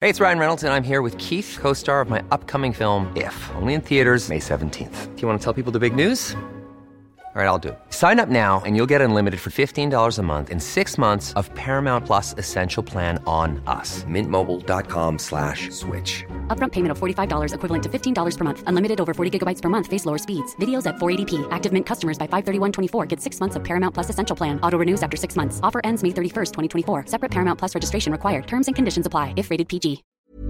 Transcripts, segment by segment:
Hey, it's Ryan Reynolds, and I'm here with Keith, co-star of my upcoming film, If, only in theaters May 17th. Do you want to tell people the big news? All right, I'll do it. Sign up now and you'll get unlimited for $15 a month and 6 months of Paramount Plus Essential Plan on us. MintMobile.com/switch. Upfront payment of $45 equivalent to $15 per month. Unlimited over 40 gigabytes per month. Face lower speeds. Videos at 480p. Active Mint customers by 531.24 get 6 months of Paramount Plus Essential Plan. Auto renews after 6 months. Offer ends May 31st, 2024. Separate Paramount Plus registration required. Terms and conditions apply if rated PG.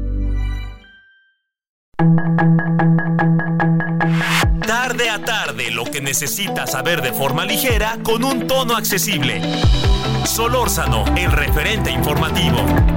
Tarde a tarde, lo que necesitas saber de forma ligera con un tono accesible. Solórzano, el referente informativo.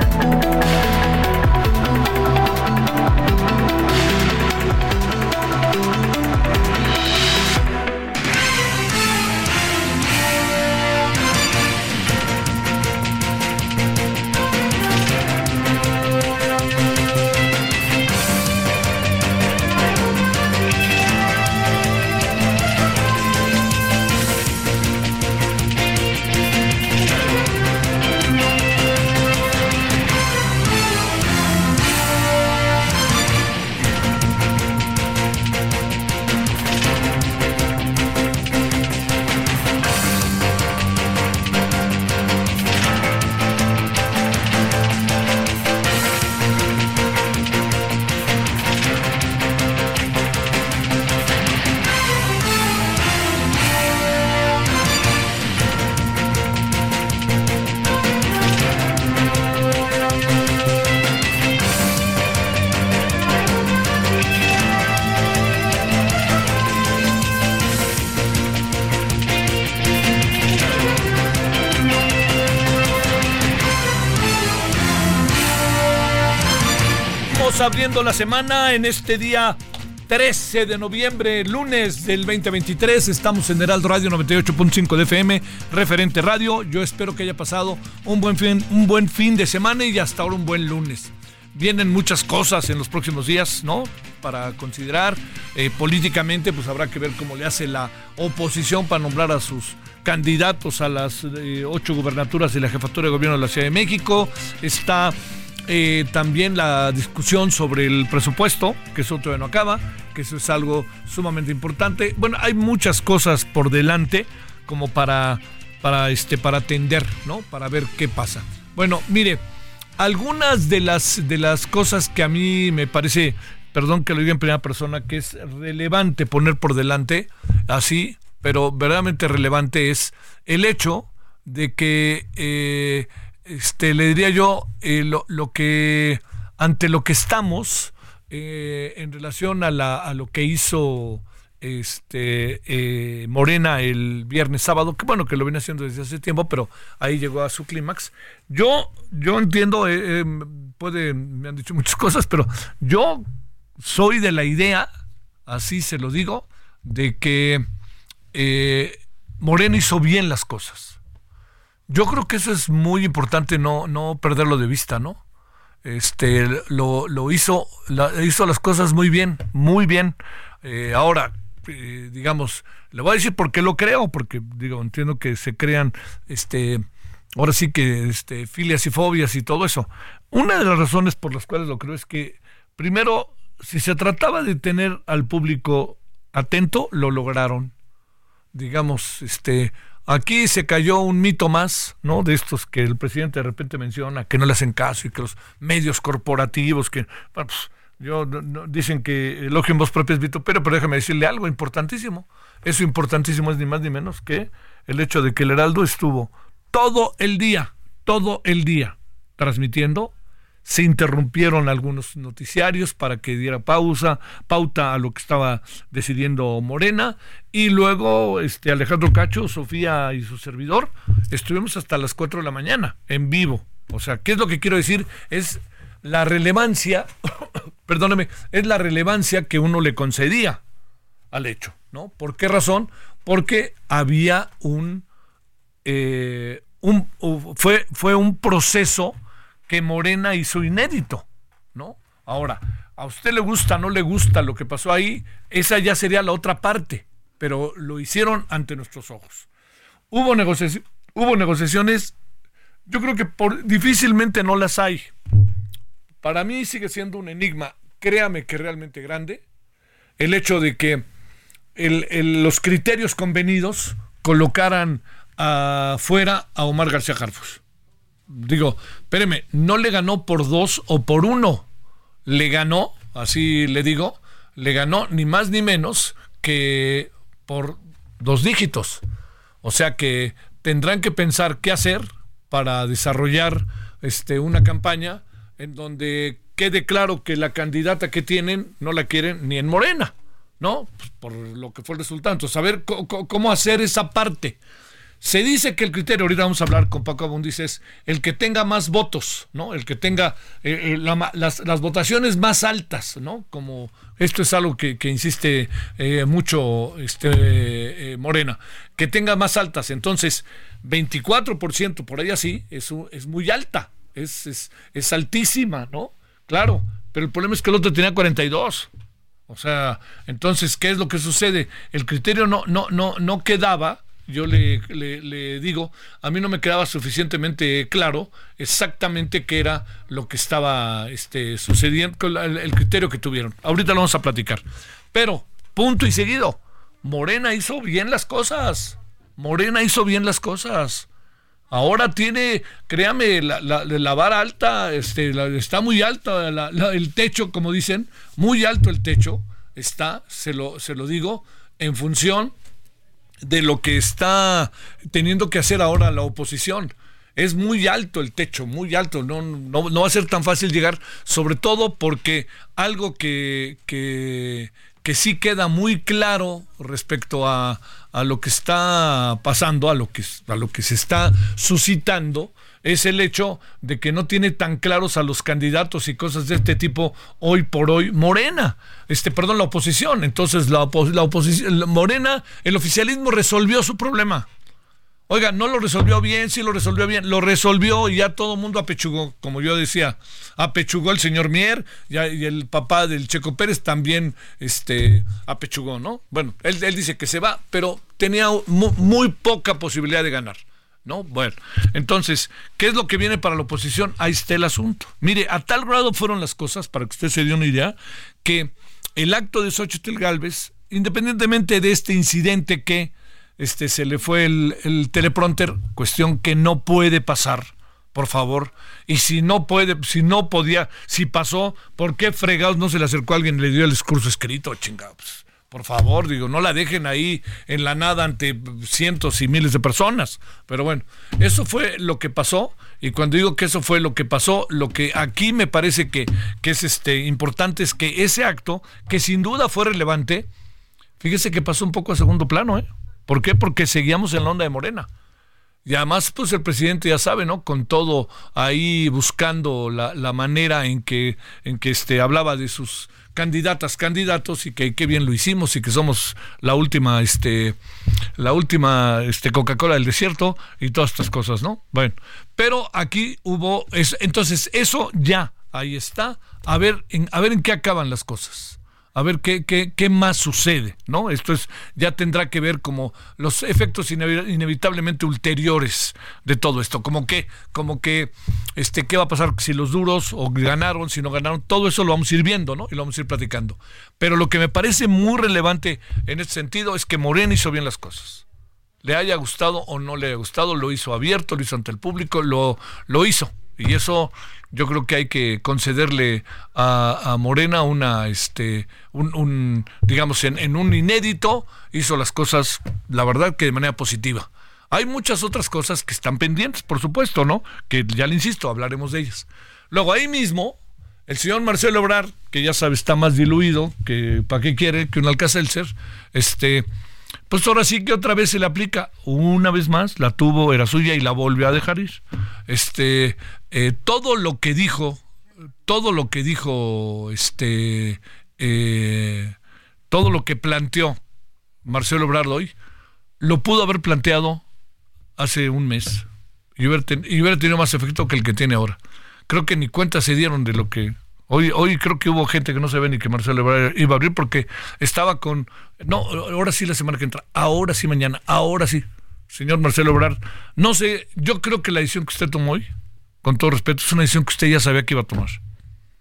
Abriendo la semana en este día 13 de noviembre, lunes del 2023. Estamos en Heraldo Radio 98.5 de FM, referente radio. Yo espero que haya pasado un buen fin de semana y hasta ahora un buen lunes. Vienen muchas cosas en los próximos días, ¿no? Para considerar. Políticamente, pues habrá que ver cómo le hace la oposición para nombrar a sus candidatos a las 8 gubernaturas de la jefatura de gobierno de la Ciudad de México. Está también la discusión sobre el presupuesto, que eso todavía no acaba, que eso es algo sumamente importante. Bueno, hay muchas cosas por delante como para atender, ¿no? Para ver qué pasa. Bueno, mire, algunas de las cosas que a mí me parece, perdón que lo diga en primera persona, que es relevante poner por delante, así, pero verdaderamente relevante es el hecho de que le diría yo lo que ante lo que estamos en relación a lo que hizo Morena el viernes sábado, que bueno, que lo viene haciendo desde hace tiempo, pero ahí llegó a su clímax. Yo entiendo, me han dicho muchas cosas, pero yo soy de la idea, así se lo digo, de que Morena hizo bien las cosas. Yo creo que eso es muy importante, no perderlo de vista, ¿no? Hizo las cosas muy bien, muy bien. Ahora, digamos, le voy a decir por qué lo creo, porque entiendo que se crean, ahora sí que filias y fobias y todo eso. Una de las razones por las cuales lo creo es que, primero, si se trataba de tener al público atento, lo lograron. Digamos, aquí se cayó un mito más, ¿no? De estos que el presidente de repente menciona, que no le hacen caso y que los medios corporativos, que bueno, pues, dicen que elogio en voz propia es vitupero, pero déjame decirle algo importantísimo. Eso importantísimo es ni más ni menos que el hecho de que el Heraldo estuvo todo el día transmitiendo. Se interrumpieron algunos noticiarios para que diera pauta a lo que estaba decidiendo Morena, y luego Alejandro Cacho, Sofía y su servidor estuvimos hasta las 4 de la mañana en vivo. O sea, ¿qué es lo que quiero decir? Es la relevancia, perdóneme, es la relevancia que uno le concedía al hecho, ¿no? ¿Por qué razón? Porque había fue un proceso que Morena hizo inédito, ¿no? Ahora, a usted le gusta, no le gusta lo que pasó ahí, esa ya sería la otra parte, pero lo hicieron ante nuestros ojos. Hubo negociaciones, yo creo que difícilmente no las hay, para mí sigue siendo un enigma, créame que realmente grande, el hecho de que los criterios convenidos colocaran afuera a Omar García Harfuch. Digo, espéreme, no le ganó por 2 o por 1, le ganó, así le digo, le ganó ni más ni menos que por 2 dígitos. O sea que tendrán que pensar qué hacer para desarrollar una campaña en donde quede claro que la candidata que tienen no la quieren ni en Morena, ¿no? Pues por lo que fue el resultado. Entonces, saber cómo hacer esa parte. Se dice que el criterio, ahorita vamos a hablar con Paco Abundis, es el que tenga más votos, ¿no? El que tenga las votaciones más altas, ¿no? Como esto es algo que insiste mucho Morena, que tenga más altas. Entonces, 24%, por ahí así, eso es muy alta, es altísima, ¿no? Claro, pero el problema es que el otro tenía 42. O sea, entonces, ¿qué es lo que sucede? El criterio no quedaba. Yo le digo, a mí no me quedaba suficientemente claro exactamente qué era lo que estaba sucediendo con el criterio que tuvieron. Ahorita lo vamos a platicar. Pero, punto y seguido, Morena hizo bien las cosas. Ahora tiene, créame, la vara alta, está muy alta, el techo, como dicen, muy alto el techo, está, se lo digo, en función de lo que está teniendo que hacer ahora la oposición. Es muy alto el techo, muy alto, no va a ser tan fácil llegar, sobre todo porque algo que sí queda muy claro respecto a lo que está pasando, a lo que se está suscitando, es el hecho de que no tiene tan claros a los candidatos y cosas de este tipo hoy por hoy Morena, la oposición. Entonces la oposición, Morena, el oficialismo resolvió su problema. Oiga, no lo resolvió bien, sí lo resolvió bien, lo resolvió y ya todo el mundo apechugó, como yo decía, apechugó el señor Mier y el papá del Checo Pérez también apechugó, ¿no? Bueno, él dice que se va, pero tenía muy poca posibilidad de ganar, ¿no? Bueno, entonces, ¿qué es lo que viene para la oposición? Ahí está el asunto. Mire, a tal grado fueron las cosas, para que usted se dé una idea, que el acto de Xóchitl Gálvez, independientemente de este incidente que se le fue el teleprompter, cuestión que no puede pasar, por favor, y si pasó, ¿por qué fregados no se le acercó a alguien y le dio el discurso escrito, chingados? Por favor, digo, no la dejen ahí en la nada ante cientos y miles de personas. Pero bueno, eso fue lo que pasó, y cuando digo que eso fue lo que pasó, lo que aquí me parece que es importante es que ese acto, que sin duda fue relevante, fíjese que pasó un poco a segundo plano, ¿eh? ¿Por qué? Porque seguíamos en la onda de Morena. Y además, pues el presidente ya sabe, ¿no? Con todo ahí buscando la manera en que hablaba de sus candidatos, y que qué bien lo hicimos y que somos la última Coca-Cola del desierto y todas estas cosas, ¿no? Bueno, pero aquí hubo entonces eso ya ahí está, a ver en qué acaban las cosas. A ver qué más sucede, ¿no? Esto ya tendrá que ver como los efectos inevitablemente ulteriores de todo esto, como que qué va a pasar si los duros o ganaron, si no ganaron, todo eso lo vamos a ir viendo, ¿no? Y lo vamos a ir platicando. Pero lo que me parece muy relevante en este sentido es que Morena hizo bien las cosas. Le haya gustado o no le haya gustado, lo hizo abierto, lo hizo ante el público, lo hizo. Y eso yo creo que hay que concederle a Morena digamos, en un inédito, hizo las cosas, la verdad, que de manera positiva. Hay muchas otras cosas que están pendientes, por supuesto, ¿no? Que ya le insisto, hablaremos de ellas. Luego, ahí mismo, el señor Marcelo Ebrard, que ya sabe, está más diluido, que ¿para qué quiere? Que un Alka-Seltzer, pues ahora sí que otra vez se le aplica, una vez más, la tuvo, era suya y la volvió a dejar ir. Todo lo que dijo, todo lo que planteó Marcelo Ebrard hoy, lo pudo haber planteado hace un mes y hubiera tenido más efecto que el que tiene ahora. Creo que ni cuenta se dieron de lo que... Hoy creo que hubo gente que no sabía ni que Marcelo Ebrard iba a abrir porque estaba con... No, ahora sí la semana que entra, ahora sí mañana, ahora sí. Señor Marcelo Ebrard, no sé, yo creo que la decisión que usted tomó hoy, con todo respeto, es una decisión que usted ya sabía que iba a tomar.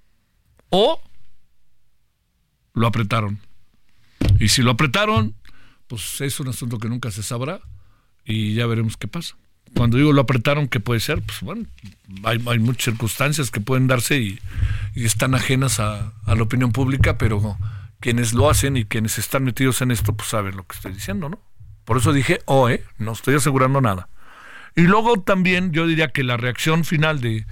o lo apretaron. Y si lo apretaron, pues es un asunto que nunca se sabrá y ya veremos qué pasa. Cuando digo lo apretaron, ¿qué puede ser? Pues bueno, hay muchas circunstancias que pueden darse y están ajenas a la opinión pública, pero quienes lo hacen y quienes están metidos en esto, pues saben lo que estoy diciendo, ¿no? Por eso dije, no estoy asegurando nada. Y luego también yo diría que la reacción final de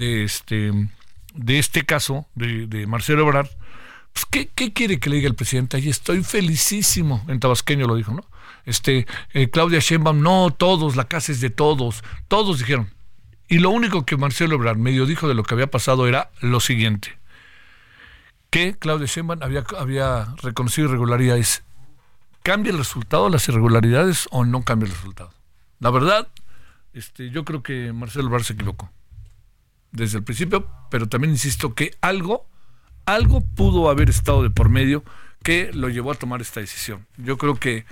este caso de Marcelo Ebrard, pues ¿qué quiere que le diga el presidente? Ahí estoy felicísimo, en tabasqueño lo dijo, ¿no? Claudia Sheinbaum, no, todos, la casa es de todos dijeron. Y lo único que Marcelo Ebrard medio dijo de lo que había pasado era lo siguiente, que Claudia Sheinbaum había reconocido irregularidades. ¿Cambia el resultado, las irregularidades, o no cambia el resultado? La verdad, yo creo que Marcelo Ebrard se equivocó desde el principio, pero también insisto que algo pudo haber estado de por medio que lo llevó a tomar esta decisión. Yo creo que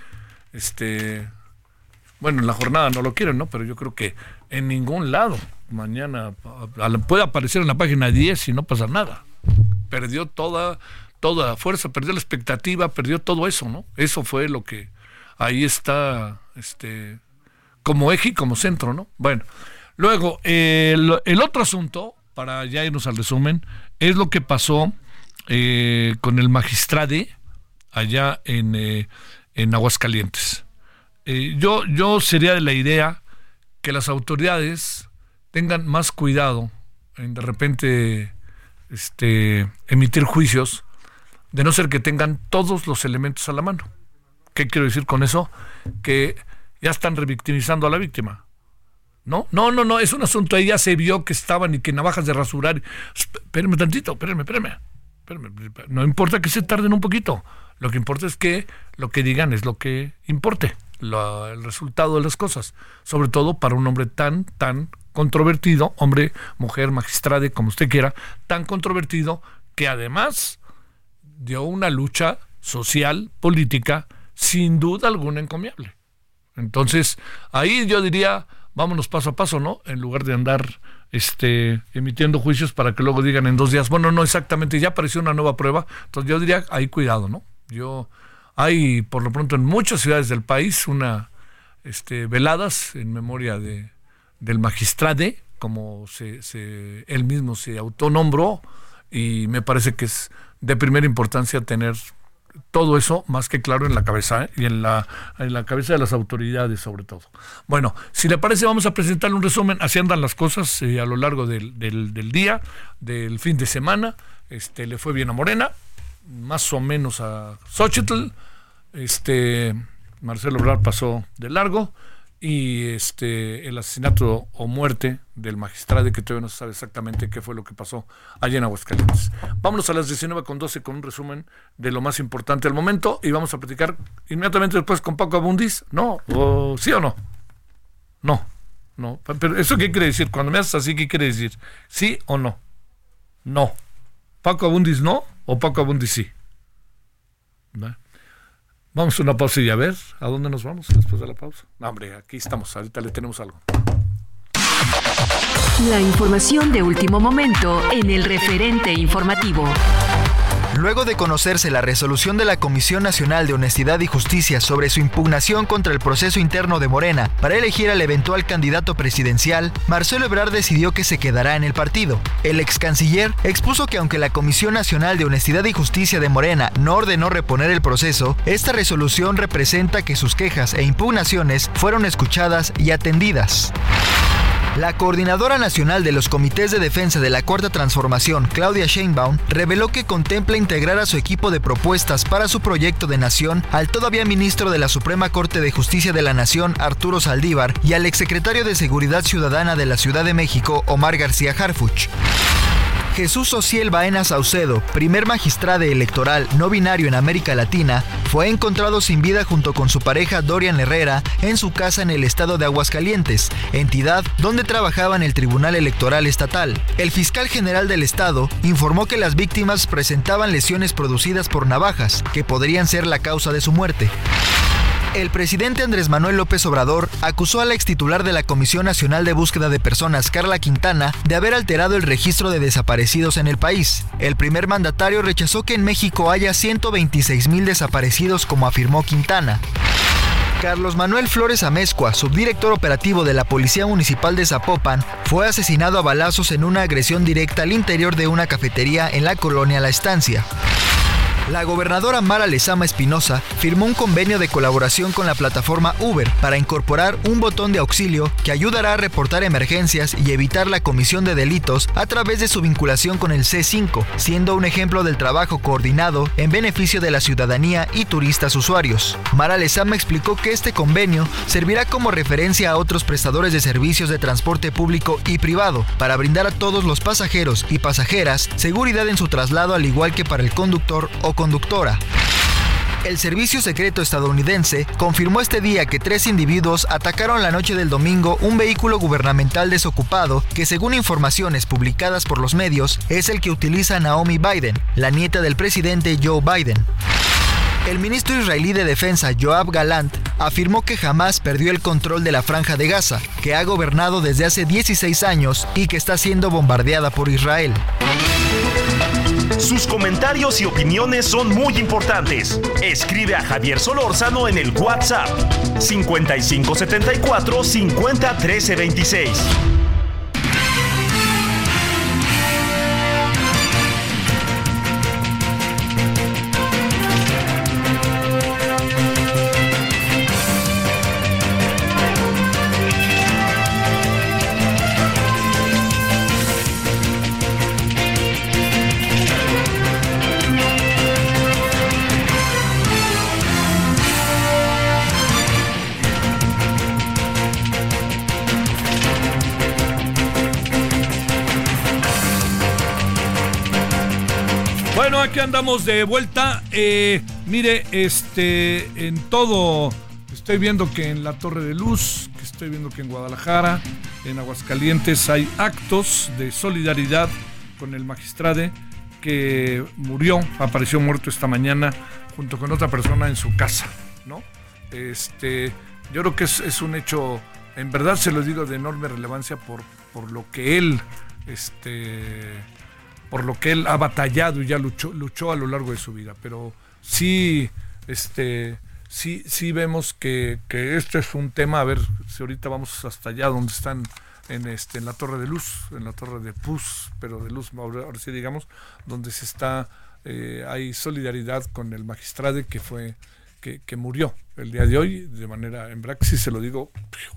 en la jornada no lo quieren, ¿no? Pero yo creo que en ningún lado mañana puede aparecer en la página 10 y no pasa nada. Perdió toda fuerza, perdió la expectativa, perdió todo eso, ¿no? Eso fue lo que ahí está, como eje y como centro, ¿no? Bueno, luego, el otro asunto, para ya irnos al resumen, es lo que pasó con el magistrade allá en Aguascalientes. Yo sería de la idea que las autoridades tengan más cuidado en de repente emitir juicios, de no ser que tengan todos los elementos a la mano. ¿Qué quiero decir con eso? Que ya están revictimizando a la víctima. No, es un asunto, ahí ya se vio que estaban y que navajas de rasurar. Espérame tantito, espérame. No importa que se tarden un poquito. Lo que importa es que lo que digan es lo que importe, el resultado de las cosas. Sobre todo para un hombre tan controvertido, hombre, mujer, magistrade, como usted quiera, tan controvertido, que además dio una lucha social, política, sin duda alguna encomiable. Entonces, ahí yo diría, vámonos paso a paso, ¿no? En lugar de andar emitiendo juicios para que luego digan en 2 días, bueno, no exactamente, ya apareció una nueva prueba. Entonces yo diría, ahí cuidado, ¿no? Hay por lo pronto en muchas ciudades del país veladas en memoria del magistrade, como él mismo se autonombró, y me parece que es de primera importancia tener todo eso más que claro en la cabeza, y en la cabeza de las autoridades sobre todo. Bueno, si le parece, vamos a presentarle un resumen. Así andan las cosas a lo largo del día, del fin de semana. Le fue bien a Morena, más o menos a Xochitl. Marcelo Ebrard pasó de largo, y el asesinato o muerte del magistrado, que todavía no se sabe exactamente qué fue lo que pasó allá en Aguascalientes. Vámonos a las 19:12 con un resumen de lo más importante al momento, y vamos a platicar inmediatamente después con Paco Abundis. ¿No? ¿Sí o no? No. Pero ¿eso qué quiere decir? Cuando me haces así, ¿qué quiere decir? ¿Sí o no? No. ¿Paco Abundis no o Paco Abundis sí? ¿No? Vamos a una pausa y a ver a dónde nos vamos después de la pausa. No, hombre, aquí estamos, ahorita le tenemos algo. La información de último momento en el referente informativo. Luego de conocerse la resolución de la Comisión Nacional de Honestidad y Justicia sobre su impugnación contra el proceso interno de Morena para elegir al eventual candidato presidencial, Marcelo Ebrard decidió que se quedará en el partido. El ex canciller expuso que aunque la Comisión Nacional de Honestidad y Justicia de Morena no ordenó reponer el proceso, esta resolución representa que sus quejas e impugnaciones fueron escuchadas y atendidas. La coordinadora nacional de los comités de defensa de la Cuarta Transformación, Claudia Sheinbaum, reveló que contempla integrar a su equipo de propuestas para su proyecto de nación al todavía ministro de la Suprema Corte de Justicia de la Nación, Arturo Saldívar, y al exsecretario de Seguridad Ciudadana de la Ciudad de México, Omar García Harfuch. Jesús Ociel Baena Saucedo, primer magistrado electoral no binario en América Latina, fue encontrado sin vida junto con su pareja Dorian Herrera en su casa en el estado de Aguascalientes, entidad donde trabajaba en el Tribunal Electoral Estatal. El fiscal general del estado informó que las víctimas presentaban lesiones producidas por navajas, que podrían ser la causa de su muerte. El presidente Andrés Manuel López Obrador acusó a la extitular de la Comisión Nacional de Búsqueda de Personas, Carla Quintana, de haber alterado el registro de desaparecidos en el país. El primer mandatario rechazó que en México haya 126,000 desaparecidos, como afirmó Quintana. Carlos Manuel Flores Amezcua, subdirector operativo de la Policía Municipal de Zapopan, fue asesinado a balazos en una agresión directa al interior de una cafetería en la colonia La Estancia. La gobernadora Mara Lezama Espinosa firmó un convenio de colaboración con la plataforma Uber para incorporar un botón de auxilio que ayudará a reportar emergencias y evitar la comisión de delitos a través de su vinculación con el C5, siendo un ejemplo del trabajo coordinado en beneficio de la ciudadanía y turistas usuarios. Mara Lezama explicó que este convenio servirá como referencia a otros prestadores de servicios de transporte público y privado para brindar a todos los pasajeros y pasajeras seguridad en su traslado, al igual que para el conductor o conductora. El Servicio Secreto estadounidense confirmó este día que 3 individuos atacaron la noche del domingo un vehículo gubernamental desocupado que, según informaciones publicadas por los medios, es el que utiliza Naomi Biden, la nieta del presidente Joe Biden. El ministro israelí de Defensa, Yoav Gallant, afirmó que Hamás perdió el control de la Franja de Gaza, que ha gobernado desde hace 16 años y que está siendo bombardeada por Israel. Sus comentarios y opiniones son muy importantes. Escribe a Javier Solórzano en el WhatsApp 5574 50 13 26. Bueno, aquí andamos de vuelta. Mire, en todo, estoy viendo que en la Torre de Luz, que estoy viendo que en Guadalajara, en Aguascalientes hay actos de solidaridad con el magistrado que apareció muerto esta mañana junto con otra persona en su casa, ¿no? Yo creo que es un hecho, en verdad se lo digo, de enorme relevancia por lo que él, por lo que él ha batallado y ya luchó a lo largo de su vida. Pero sí, sí vemos que este es un tema. A ver si ahorita vamos hasta allá donde están en la Torre de Luz, en la Torre de Puz, pero de Luz, ahora sí digamos, donde hay solidaridad con el magistrado que murió el día de hoy, de manera, en verdad que sí se lo digo,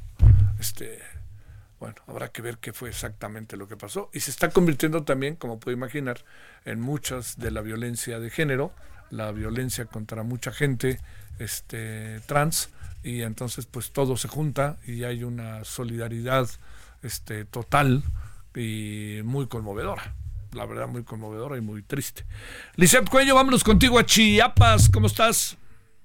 bueno, habrá que ver qué fue exactamente lo que pasó. Y se está convirtiendo también, como puede imaginar, en muchas de la violencia de género, la violencia contra mucha gente trans, y entonces pues todo se junta y hay una solidaridad total y muy conmovedora. La verdad, muy conmovedora y muy triste. Lisette Cuello, vámonos contigo a Chiapas. ¿Cómo estás?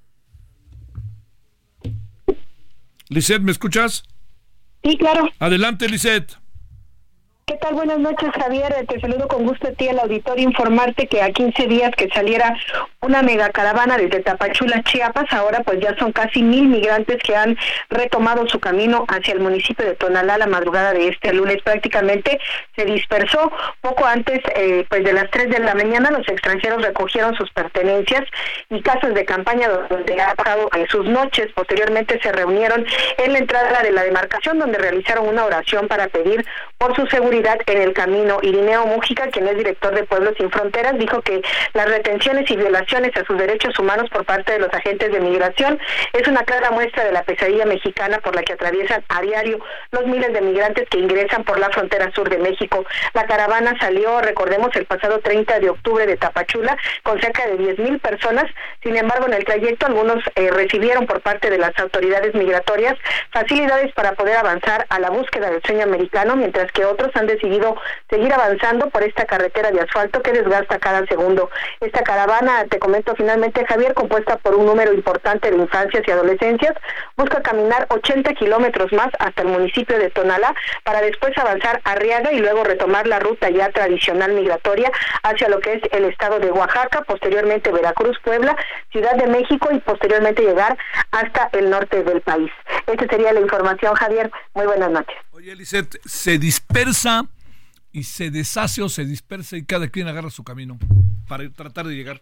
Lisette, ¿me escuchas? Sí, claro. Adelante, Lisette. ¿Qué tal? Buenas noches, Javier. Te saludo con gusto a ti, al auditorio. Informarte que a 15 días que saliera una megacaravana desde Tapachula, Chiapas, ahora pues ya son casi 1,000 migrantes que han retomado su camino hacia el municipio de Tonalá la madrugada de este lunes. Prácticamente se dispersó poco antes pues de las 3 de la mañana. Los extranjeros recogieron sus pertenencias y casas de campaña donde ha pasado sus noches. Posteriormente se reunieron en la entrada de la demarcación, donde realizaron una oración para pedir por su seguridad en el camino. Irineo Mújica, quien es director de Pueblos Sin Fronteras, dijo que las retenciones y violaciones a sus derechos humanos por parte de los agentes de migración es una clara muestra de la pesadilla mexicana por la que atraviesan a diario los miles de migrantes que ingresan por la frontera sur de México. La caravana salió, recordemos, el pasado 30 de octubre de Tapachula con cerca de 10,000 personas. Sin embargo, en el trayecto algunos recibieron por parte de las autoridades migratorias facilidades para poder avanzar a la búsqueda del sueño americano, mientras que otros han han decidido seguir avanzando por esta carretera de asfalto que desgasta cada segundo. Esta caravana, te comento finalmente, Javier, compuesta por un número importante de infancias y adolescencias, busca caminar 80 kilómetros más hasta el municipio de Tonalá para después avanzar a Arriaga y luego retomar la ruta ya tradicional migratoria hacia lo que es el estado de Oaxaca, posteriormente Veracruz, Puebla, Ciudad de México y posteriormente llegar hasta el norte del país. Esta sería la información, Javier. Muy buenas noches. Oye, Lisette, se dispersa y se deshace o se dispersa y cada quien agarra su camino para tratar de llegar.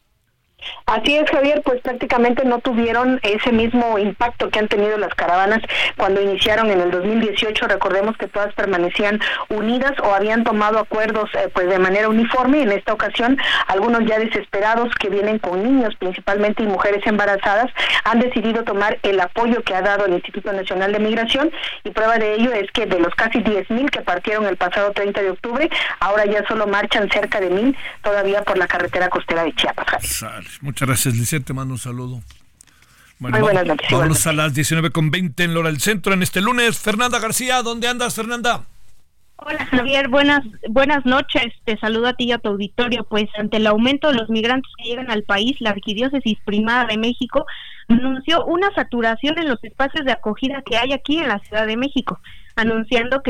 Así es, Javier, pues prácticamente no tuvieron ese mismo impacto que han tenido las caravanas cuando iniciaron en el 2018. Recordemos que todas permanecían unidas o habían tomado acuerdos pues de manera uniforme, y en esta ocasión algunos ya desesperados que vienen con niños principalmente y mujeres embarazadas han decidido tomar el apoyo que ha dado el Instituto Nacional de Migración, y prueba de ello es que de los casi 10,000 que partieron el pasado 30 de octubre, ahora ya solo marchan cerca de 1,000 todavía por la carretera costera de Chiapas, Javier. Muchas gracias, Lisette, te mando un saludo. Bueno, muy buenas noches. Vámonos a las 19:20 en Lora del Centro en este lunes. Fernanda García, ¿dónde andas, Fernanda? Hola, Javier, buenas noches. Te saludo a ti y a tu auditorio. Pues ante el aumento de los migrantes que llegan al país, la Arquidiócesis Primada de México anunció una saturación en los espacios de acogida que hay aquí en la Ciudad de México, haciendo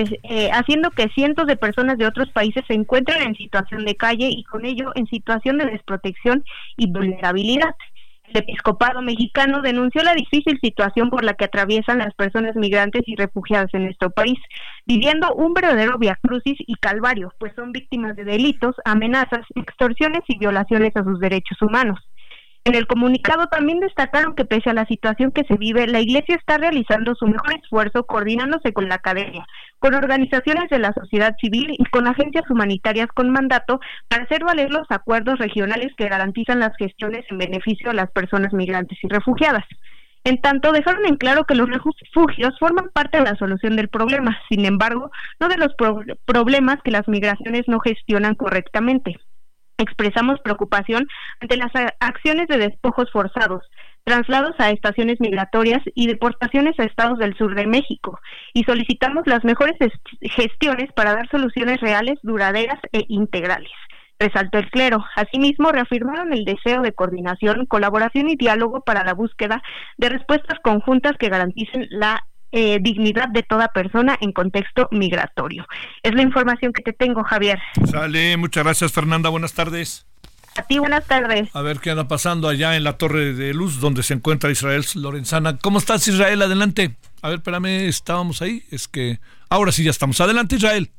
que cientos de personas de otros países se encuentren en situación de calle y con ello en situación de desprotección y vulnerabilidad. El episcopado mexicano denunció la difícil situación por la que atraviesan las personas migrantes y refugiadas en nuestro país, viviendo un verdadero viacrucis y calvario, pues son víctimas de delitos, amenazas, extorsiones y violaciones a sus derechos humanos. En el comunicado también destacaron que pese a la situación que se vive, la Iglesia está realizando su mejor esfuerzo coordinándose con la academia, con organizaciones de la sociedad civil y con agencias humanitarias con mandato para hacer valer los acuerdos regionales que garantizan las gestiones en beneficio de las personas migrantes y refugiadas. En tanto, dejaron en claro que los refugios forman parte de la solución del problema, sin embargo, no de los problemas que las migraciones no gestionan correctamente. Expresamos preocupación ante las acciones de despojos forzados, traslados a estaciones migratorias y deportaciones a estados del sur de México, y solicitamos las mejores gestiones para dar soluciones reales, duraderas e integrales, resaltó el clero. Asimismo, reafirmaron el deseo de coordinación, colaboración y diálogo para la búsqueda de respuestas conjuntas que garanticen la dignidad de toda persona en contexto migratorio. Es la información que te tengo, Javier. Sale, muchas gracias, Fernanda, buenas tardes. A ti, buenas tardes. A ver qué anda pasando allá en la Torre de Luz, donde se encuentra Israel Lorenzana. ¿Cómo estás, Israel? Adelante. A ver, espérame, estábamos ahí, es que ahora sí ya estamos. Adelante, Israel.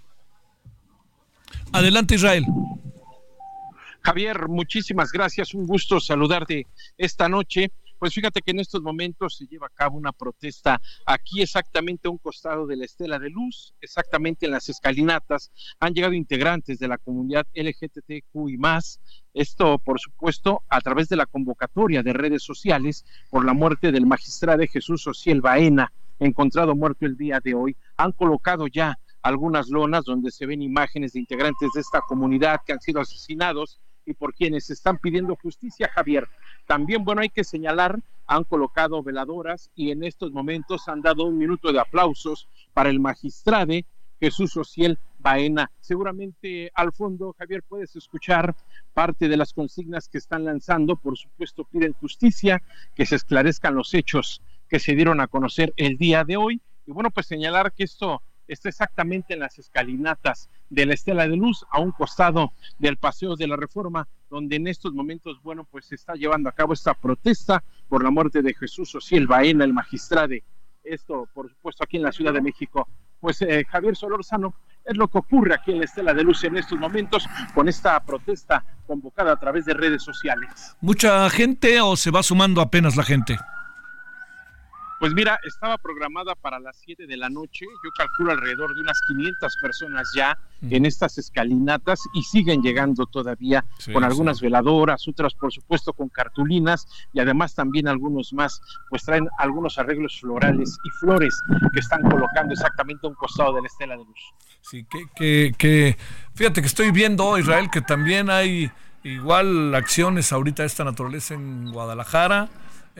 Adelante, Israel. Javier, muchísimas gracias, un gusto saludarte esta noche. Pues fíjate que en estos momentos se lleva a cabo una protesta aquí exactamente a un costado de la Estela de Luz, exactamente en las escalinatas. Han llegado integrantes de la comunidad LGBTQI+, esto por supuesto a través de la convocatoria de redes sociales por la muerte del magistrado Jesús Ociel Baena, encontrado muerto el día de hoy. Han colocado ya algunas lonas donde se ven imágenes de integrantes de esta comunidad que han sido asesinados y por quienes están pidiendo justicia, Javier. También, bueno, hay que señalar, han colocado veladoras y en estos momentos han dado un minuto de aplausos para el magistrado Jesús Ociel Baena. Seguramente al fondo, Javier, puedes escuchar parte de las consignas que están lanzando. Por supuesto, piden justicia, que se esclarezcan los hechos que se dieron a conocer el día de hoy. Y bueno, pues señalar que esto está exactamente en las escalinatas de la Estela de Luz, a un costado del Paseo de la Reforma, donde en estos momentos, bueno, pues se está llevando a cabo esta protesta por la muerte de Jesús Ociel Baena, el magistrado. Esto, por supuesto, aquí en la Ciudad de México. Pues Javier Solórzano, es lo que ocurre aquí en la Estela de Luz en estos momentos con esta protesta convocada a través de redes sociales. ¿Mucha gente o se va sumando apenas la gente? Pues mira, estaba programada para las 7 de la noche, yo calculo alrededor de unas 500 personas ya en estas escalinatas y siguen llegando todavía con algunas veladoras, otras por supuesto con cartulinas y además también algunos más pues traen algunos arreglos florales y flores que están colocando exactamente a un costado de la Estela de Luz. Sí, que fíjate que estoy viendo, Israel, que también hay igual acciones ahorita de esta naturaleza en Guadalajara,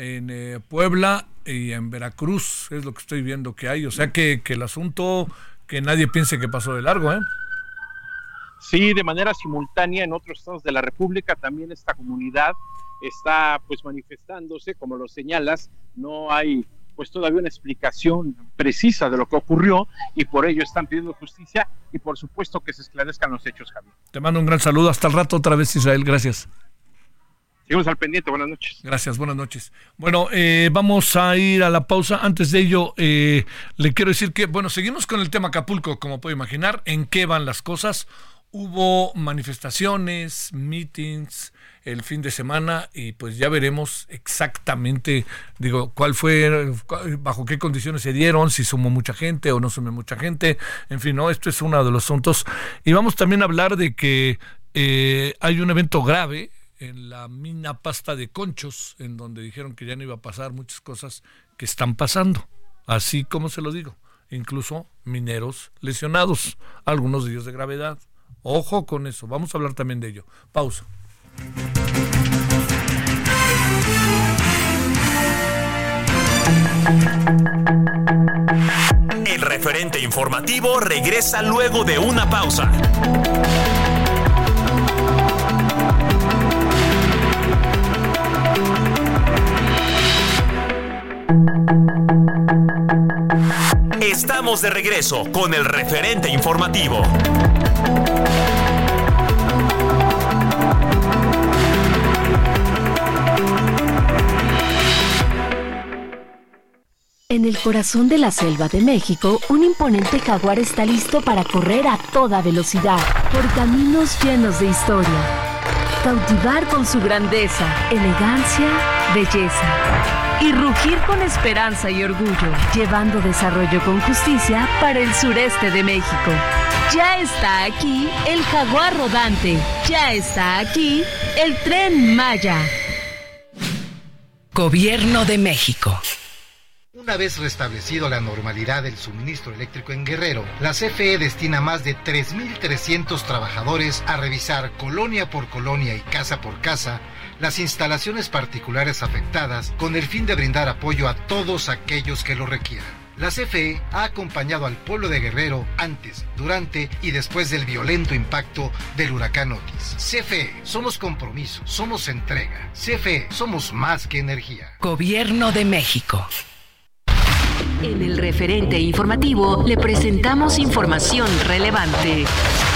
en Puebla y en Veracruz, es lo que estoy viendo que hay, o sea que el asunto, que nadie piense que pasó de largo, ¿eh? Sí, de manera simultánea en otros estados de la República también esta comunidad está pues manifestándose, como lo señalas, no hay pues todavía una explicación precisa de lo que ocurrió y por ello están pidiendo justicia y por supuesto que se esclarezcan los hechos, Javier. Te mando un gran saludo, hasta el rato otra vez, Israel, gracias. Seguimos al pendiente, buenas noches. Gracias, buenas noches. Bueno, vamos a ir a la pausa. Antes de ello, le quiero decir que, bueno, seguimos con el tema Acapulco, como puede imaginar, en qué van las cosas. Hubo manifestaciones, meetings el fin de semana y pues ya veremos exactamente, cuál fue, bajo qué condiciones se dieron, si sumó mucha gente o no sumó mucha gente, en fin, ¿no? Esto es uno de los asuntos. Y vamos también a hablar de que hay un evento grave en la mina Pasta de Conchos, en donde dijeron que ya no iba a pasar muchas cosas que están pasando, así como se lo digo, incluso mineros lesionados, algunos de ellos de gravedad. Ojo con eso, vamos a hablar también de ello. Pausa. El referente informativo regresa luego de una pausa. Estamos de regreso con el referente informativo. En el corazón de la selva de México, un imponente jaguar está listo para correr a toda velocidad por caminos llenos de historia. Cautivar con su grandeza, elegancia, belleza. Y rugir con esperanza y orgullo, llevando desarrollo con justicia para el sureste de México. Ya está aquí el jaguar rodante. Ya está aquí el Tren Maya. Gobierno de México. Una vez restablecido la normalidad del suministro eléctrico en Guerrero, la CFE destina más de 3.300 trabajadores a revisar colonia por colonia y casa por casa las instalaciones particulares afectadas con el fin de brindar apoyo a todos aquellos que lo requieran. La CFE ha acompañado al pueblo de Guerrero antes, durante y después del violento impacto del huracán Otis. CFE, somos compromiso, somos entrega. CFE, somos más que energía. Gobierno de México. En el referente informativo le presentamos información relevante.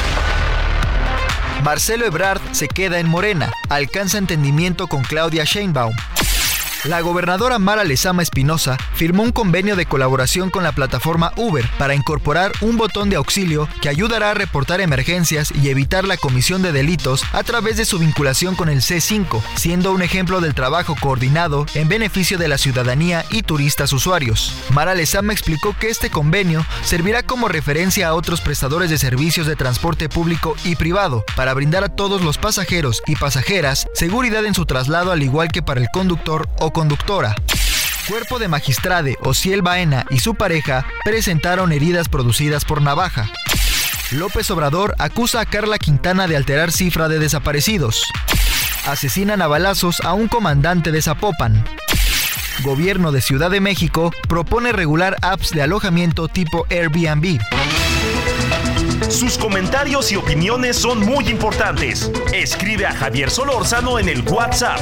Marcelo Ebrard se queda en Morena, alcanza entendimiento con Claudia Sheinbaum. La gobernadora Mara Lezama Espinosa firmó un convenio de colaboración con la plataforma Uber para incorporar un botón de auxilio que ayudará a reportar emergencias y evitar la comisión de delitos a través de su vinculación con el C5, siendo un ejemplo del trabajo coordinado en beneficio de la ciudadanía y turistas usuarios. Mara Lezama explicó que este convenio servirá como referencia a otros prestadores de servicios de transporte público y privado para brindar a todos los pasajeros y pasajeras seguridad en su traslado, al igual que para el conductor o conductora. Cuerpo de magistrade Osiel Baena y su pareja presentaron heridas producidas por navaja. López Obrador acusa a Carla Quintana de alterar cifra de desaparecidos. Asesinan a balazos a un comandante de Zapopan. Gobierno de Ciudad de México propone regular apps de alojamiento tipo Airbnb. Sus comentarios y opiniones son muy importantes. Escribe a Javier Solórzano en el WhatsApp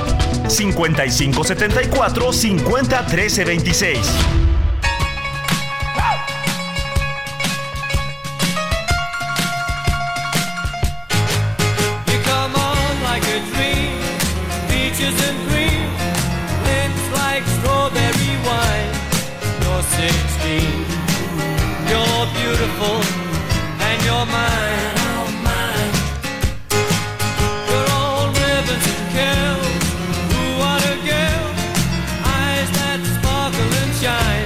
5574 50 13 26. You're mine, you're all ribbons and curls. Ooh, what a girl, eyes that sparkle and shine.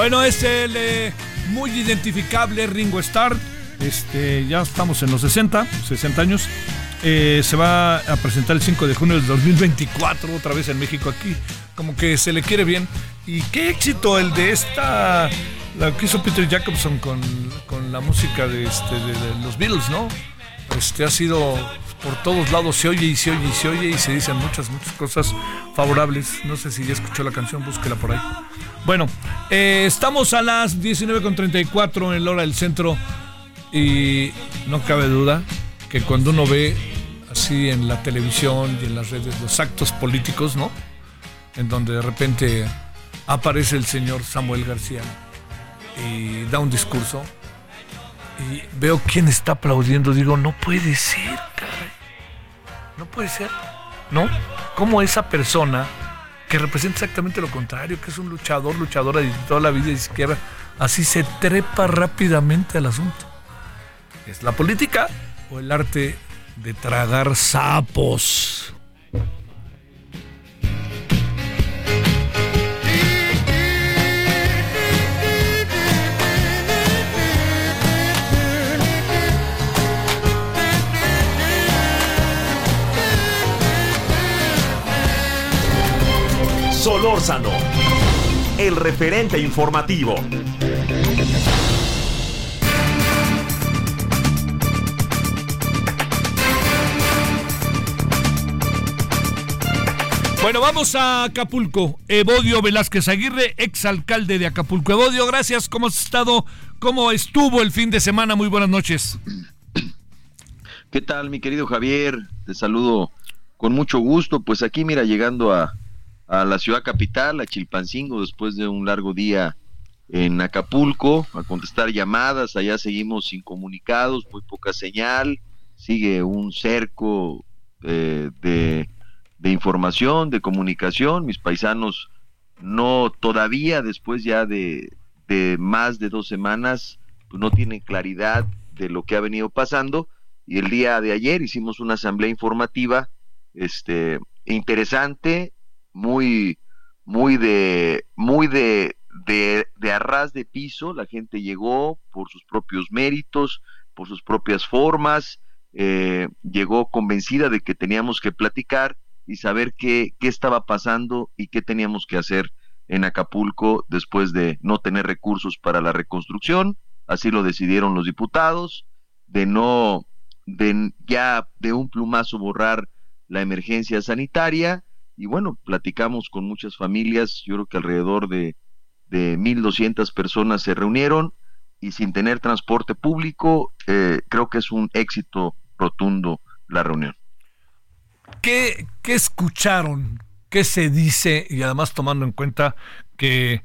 Bueno, es el muy identificable Ringo Starr. Ya estamos en los 60 años. Se va a presentar el 5 de junio del 2024 otra vez en México. Aquí como que se le quiere bien. Y qué éxito el de la que hizo Peter Jacobson con la música de los Beatles, ¿no? Ha sido por todos lados, se oye y se oye y se oye y se dicen muchas cosas favorables. No sé si ya escuchó la canción, búsquela por ahí. Bueno, estamos a las 19:34 en la hora del centro y no cabe duda que cuando uno ve así en la televisión y en las redes los actos políticos, ¿no? En donde de repente aparece el señor Samuel García y da un discurso y veo quién está aplaudiendo, digo, no puede ser, caray. No puede ser, ¿no? Como esa persona que representa exactamente lo contrario, que es un luchadora de toda la vida de izquierda, así se trepa rápidamente al asunto. ¿Es la política o el arte de tragar sapos? Solórzano, el referente informativo. Bueno, vamos a Acapulco. Evodio Velázquez Aguirre, exalcalde de Acapulco. Evodio, gracias. ¿Cómo has estado? ¿Cómo estuvo el fin de semana? Muy buenas noches. ¿Qué tal, mi querido Javier? Te saludo con mucho gusto. Pues aquí, mira, llegando a la ciudad capital, a Chilpancingo, después de un largo día en Acapulco, a contestar llamadas. Allá seguimos incomunicados, muy poca señal, sigue un cerco de información, de comunicación. Mis paisanos no todavía, después ya de más de 2 semanas, pues no tienen claridad de lo que ha venido pasando. Y el día de ayer hicimos una asamblea informativa interesante, muy de a ras de piso. La gente llegó por sus propios méritos, por sus propias formas, llegó convencida de que teníamos que platicar y saber qué estaba pasando y qué teníamos que hacer en Acapulco después de no tener recursos para la reconstrucción. Así lo decidieron los diputados, de un plumazo borrar la emergencia sanitaria. Y bueno, platicamos con muchas familias. Yo creo que alrededor de 1,200 personas se reunieron, y sin tener transporte público, creo que es un éxito rotundo la reunión. ¿Qué escucharon? ¿Qué se dice? Y además tomando en cuenta que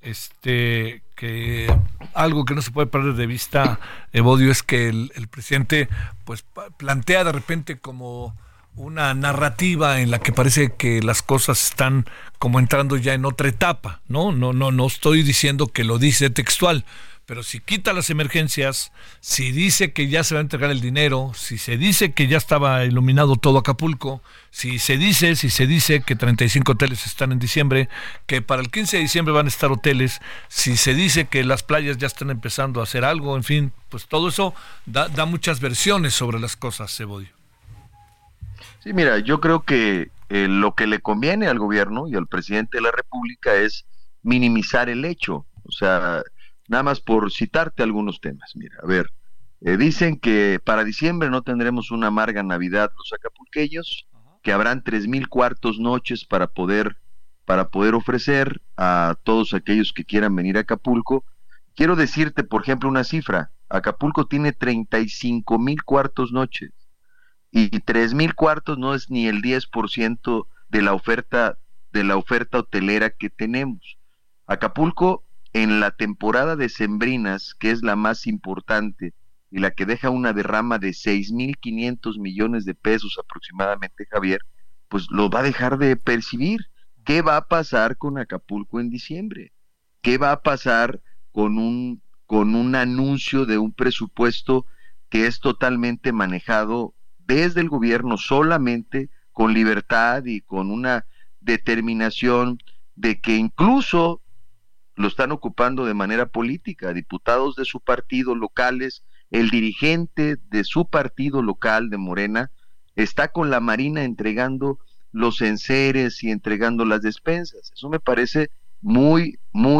algo que no se puede perder de vista, Evodio, es que el presidente pues plantea de repente como una narrativa en la que parece que las cosas están como entrando ya en otra etapa, ¿no? No estoy diciendo que lo dice textual, pero si quita las emergencias, si dice que ya se va a entregar el dinero, si se dice que ya estaba iluminado todo Acapulco, si se dice que 35 hoteles están en diciembre, que para el 15 de diciembre van a estar hoteles, si se dice que las playas ya están empezando a hacer algo, en fin, pues todo eso da muchas versiones sobre las cosas, Evodio. Sí, mira, yo creo que lo que le conviene al gobierno y al presidente de la República es minimizar el hecho. O sea, nada más por citarte algunos temas. Mira, a ver, dicen que para diciembre no tendremos una amarga Navidad los acapulqueños, que habrán 3,000 cuartos noches para poder ofrecer a todos aquellos que quieran venir a Acapulco. Quiero decirte, por ejemplo, una cifra. Acapulco tiene 35,000 cuartos noches. Y 3,000 cuartos no es ni el 10% de la oferta hotelera que tenemos. Acapulco, en la temporada decembrinas, que es la más importante y la que deja una derrama de 6,500 millones de pesos aproximadamente, Javier, pues lo va a dejar de percibir. ¿Qué va a pasar con Acapulco en diciembre? ¿Qué va a pasar con un anuncio de un presupuesto que es totalmente manejado desde el gobierno, solamente con libertad y con una determinación de que incluso lo están ocupando de manera política, diputados de su partido locales, el dirigente de su partido local de Morena está con la Marina entregando los enseres y entregando las despensas. Eso me parece muy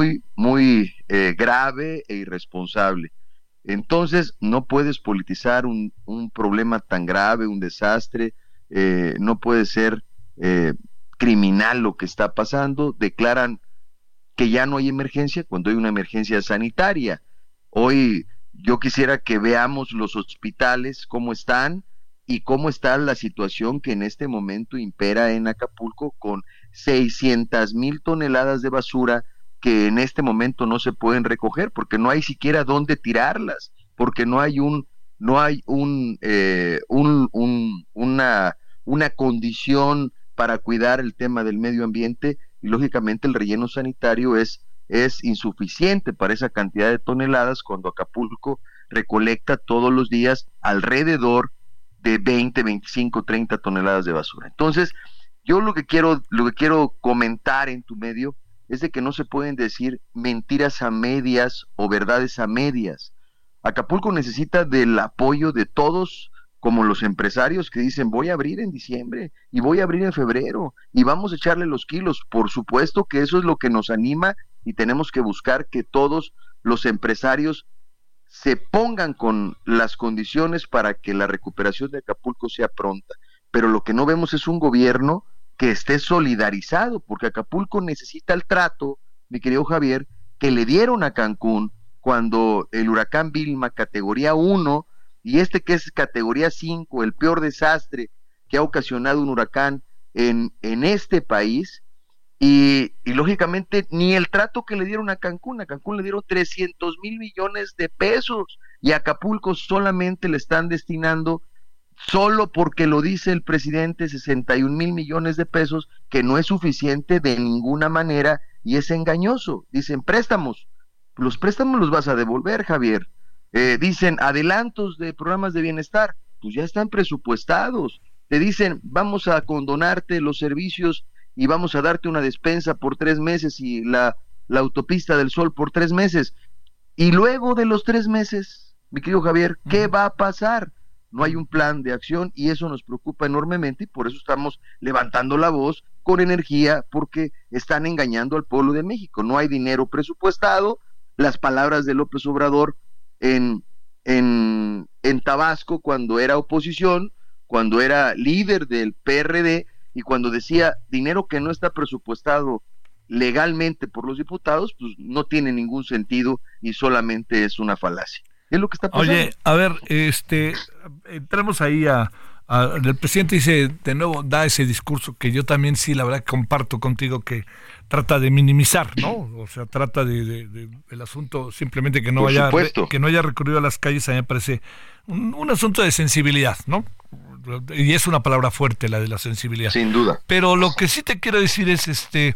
grave e irresponsable. Entonces no puedes politizar un problema tan grave, un desastre, no puede ser criminal lo que está pasando. Declaran que ya no hay emergencia cuando hay una emergencia sanitaria. Hoy yo quisiera que veamos los hospitales, cómo están y cómo está la situación que en este momento impera en Acapulco, con 600,000 toneladas de basura que en este momento no se pueden recoger porque no hay siquiera dónde tirarlas, porque no hay una condición para cuidar el tema del medio ambiente, y lógicamente el relleno sanitario es insuficiente para esa cantidad de toneladas, cuando Acapulco recolecta todos los días alrededor de 20, 25, 30 toneladas de basura. Entonces, yo lo que quiero comentar en tu medio es de que no se pueden decir mentiras a medias o verdades a medias. Acapulco necesita del apoyo de todos, como los empresarios que dicen voy a abrir en diciembre y voy a abrir en febrero y vamos a echarle los kilos. Por supuesto que eso es lo que nos anima, y tenemos que buscar que todos los empresarios se pongan con las condiciones para que la recuperación de Acapulco sea pronta. Pero lo que no vemos es un gobierno que esté solidarizado, porque Acapulco necesita el trato, mi querido Javier, que le dieron a Cancún cuando el huracán Vilma, categoría 1, y que es categoría 5, el peor desastre que ha ocasionado un huracán en este país, y lógicamente ni el trato que le dieron a Cancún le dieron 300,000 millones de pesos, y a Acapulco solamente le están destinando, solo porque lo dice el presidente, 61,000 millones de pesos, que no es suficiente de ninguna manera y es engañoso. Dicen préstamos, los préstamos los vas a devolver, Javier. Dicen adelantos de programas de bienestar, pues ya están presupuestados. Te dicen vamos a condonarte los servicios y vamos a darte una despensa por 3 meses y la autopista del Sol por 3 meses. Y luego de los 3 meses, mi querido Javier, ¿qué va a pasar? No hay un plan de acción, y eso nos preocupa enormemente, y por eso estamos levantando la voz con energía, porque están engañando al pueblo de México. No hay dinero presupuestado. Las palabras de López Obrador en Tabasco, cuando era oposición, cuando era líder del PRD, y cuando decía dinero que no está presupuestado legalmente por los diputados, pues no tiene ningún sentido y solamente es una falacia. Es lo que está pasando. Oye, a ver, entramos ahí el presidente dice, de nuevo, da ese discurso que yo también sí, la verdad, comparto contigo, que trata de minimizar, ¿no? O sea, trata de el asunto simplemente que no haya recurrido a las calles. A mí me parece un asunto de sensibilidad, ¿no? Y es una palabra fuerte la de la sensibilidad. Sin duda. Pero lo que sí te quiero decir es,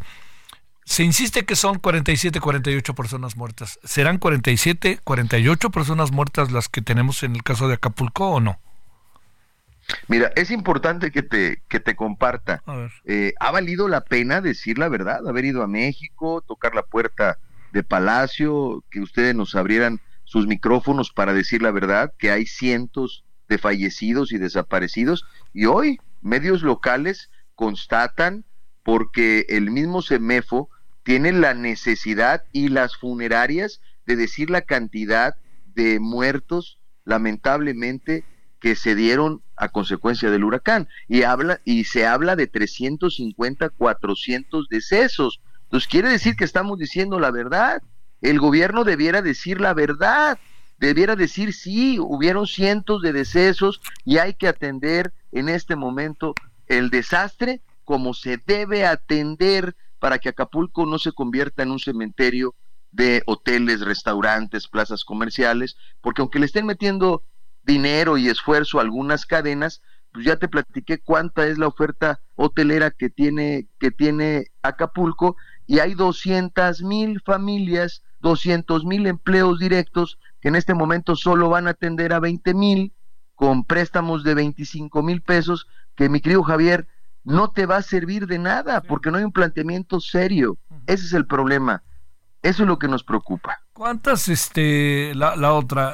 se insiste que son 47, 48 personas muertas. ¿Serán 47, 48 personas muertas las que tenemos en el caso de Acapulco o no? Mira, es importante que te comparta. Ha valido la pena decir la verdad, haber ido a México, tocar la puerta de Palacio, que ustedes nos abrieran sus micrófonos para decir la verdad, que hay cientos de fallecidos y desaparecidos, y hoy medios locales constatan, porque el mismo CEMEFO tiene la necesidad y las funerarias de decir la cantidad de muertos, lamentablemente, que se dieron a consecuencia del huracán, y se habla de 350, 400 decesos. Entonces quiere decir que estamos diciendo la verdad. El gobierno debiera decir la verdad, debiera decir sí, hubieron cientos de decesos y hay que atender en este momento el desastre como se debe atender, para que Acapulco no se convierta en un cementerio de hoteles, restaurantes, plazas comerciales, porque aunque le estén metiendo dinero y esfuerzo a algunas cadenas, pues ya te platiqué cuánta es la oferta hotelera que tiene Acapulco, y hay 200,000 familias, 200,000 empleos directos que en este momento solo van a atender a 20,000 con préstamos de 25,000 pesos, que, mi querido Javier, no te va a servir de nada porque no hay un planteamiento serio. Ese es el problema. Eso es lo que nos preocupa. ¿Cuántas, la otra,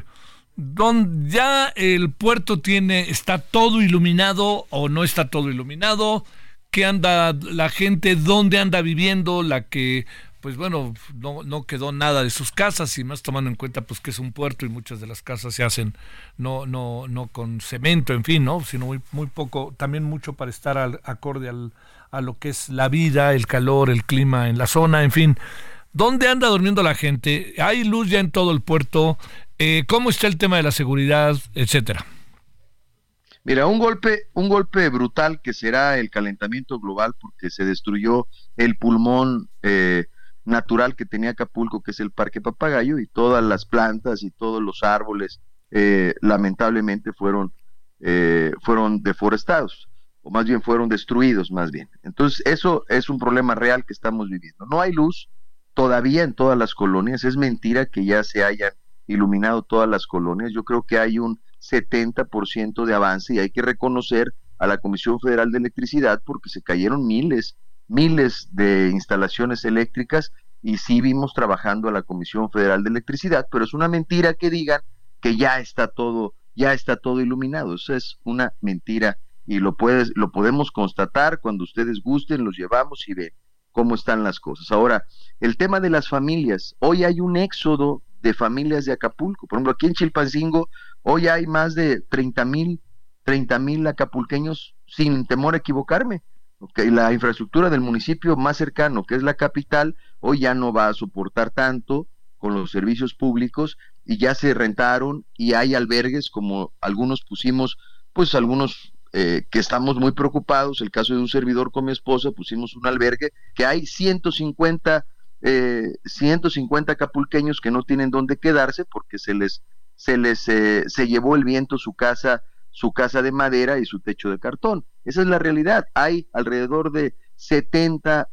donde ya el puerto está todo iluminado o no está todo iluminado? ¿Qué anda la gente? ¿Dónde anda viviendo? La que, pues bueno, no quedó nada de sus casas, y más tomando en cuenta pues que es un puerto y muchas de las casas se hacen no con cemento, en fin, ¿no? Sino muy poco, también mucho para estar acorde a lo que es la vida, el calor, el clima en la zona, en fin. ¿Dónde anda durmiendo la gente? ¿Hay luz ya en todo el puerto? ¿Cómo está el tema de la seguridad, etcétera? Mira, un golpe brutal que será el calentamiento global, porque se destruyó el pulmón natural que tenía Acapulco, que es el Parque Papagayo, y todas las plantas y todos los árboles lamentablemente fueron deforestados, o más bien fueron destruidos más bien. Entonces eso es un problema real que estamos viviendo. No hay luz todavía en todas las colonias. Es mentira que ya se hayan iluminado todas las colonias. Yo creo que hay un 70% de avance, y hay que reconocer a la Comisión Federal de Electricidad, porque se cayeron miles de instalaciones eléctricas, y sí vimos trabajando a la Comisión Federal de Electricidad, pero es una mentira que digan que ya está todo iluminado. Eso es una mentira, y lo podemos constatar cuando ustedes gusten, los llevamos y ven cómo están las cosas. Ahora, el tema de las familias. Hoy hay un éxodo de familias de Acapulco. Por ejemplo, aquí en Chilpancingo, hoy hay más de 30,000 acapulqueños, sin temor a equivocarme. Okay, la infraestructura del municipio más cercano, que es la capital, hoy ya no va a soportar tanto con los servicios públicos, y ya se rentaron, y hay albergues, como algunos pusimos, pues algunos que estamos muy preocupados. El caso de un servidor con mi esposa, pusimos un albergue que hay 150 acapulqueños que no tienen dónde quedarse, porque se llevó el viento su casa de madera y su techo de cartón. Esa es la realidad. Hay alrededor de 70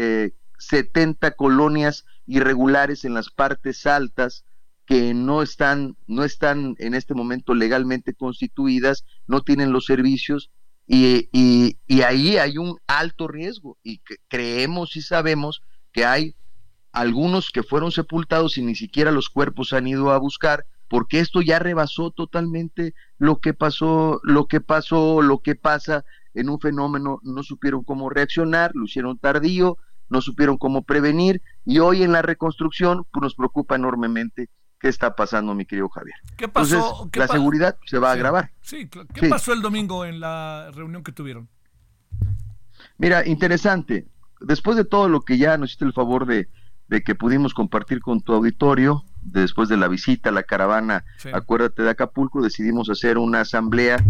colonias irregulares en las partes altas que no están en este momento legalmente constituidas, no tienen los servicios, y ahí hay un alto riesgo, y creemos y sabemos que hay algunos que fueron sepultados y ni siquiera los cuerpos han ido a buscar, porque esto ya rebasó totalmente lo que pasa en un fenómeno. No supieron cómo reaccionar, lo hicieron tardío, no supieron cómo prevenir, y hoy en la reconstrucción pues nos preocupa enormemente qué está pasando, mi querido Javier. ¿Qué pasó? Entonces, la seguridad se va a agravar. Sí, ¿qué pasó el domingo en la reunión que tuvieron? Mira, interesante. Después de todo lo que ya nos hiciste el favor de que pudimos compartir con tu auditorio, después de la visita a la caravana, sí, Acuérdate de Acapulco, decidimos hacer una asamblea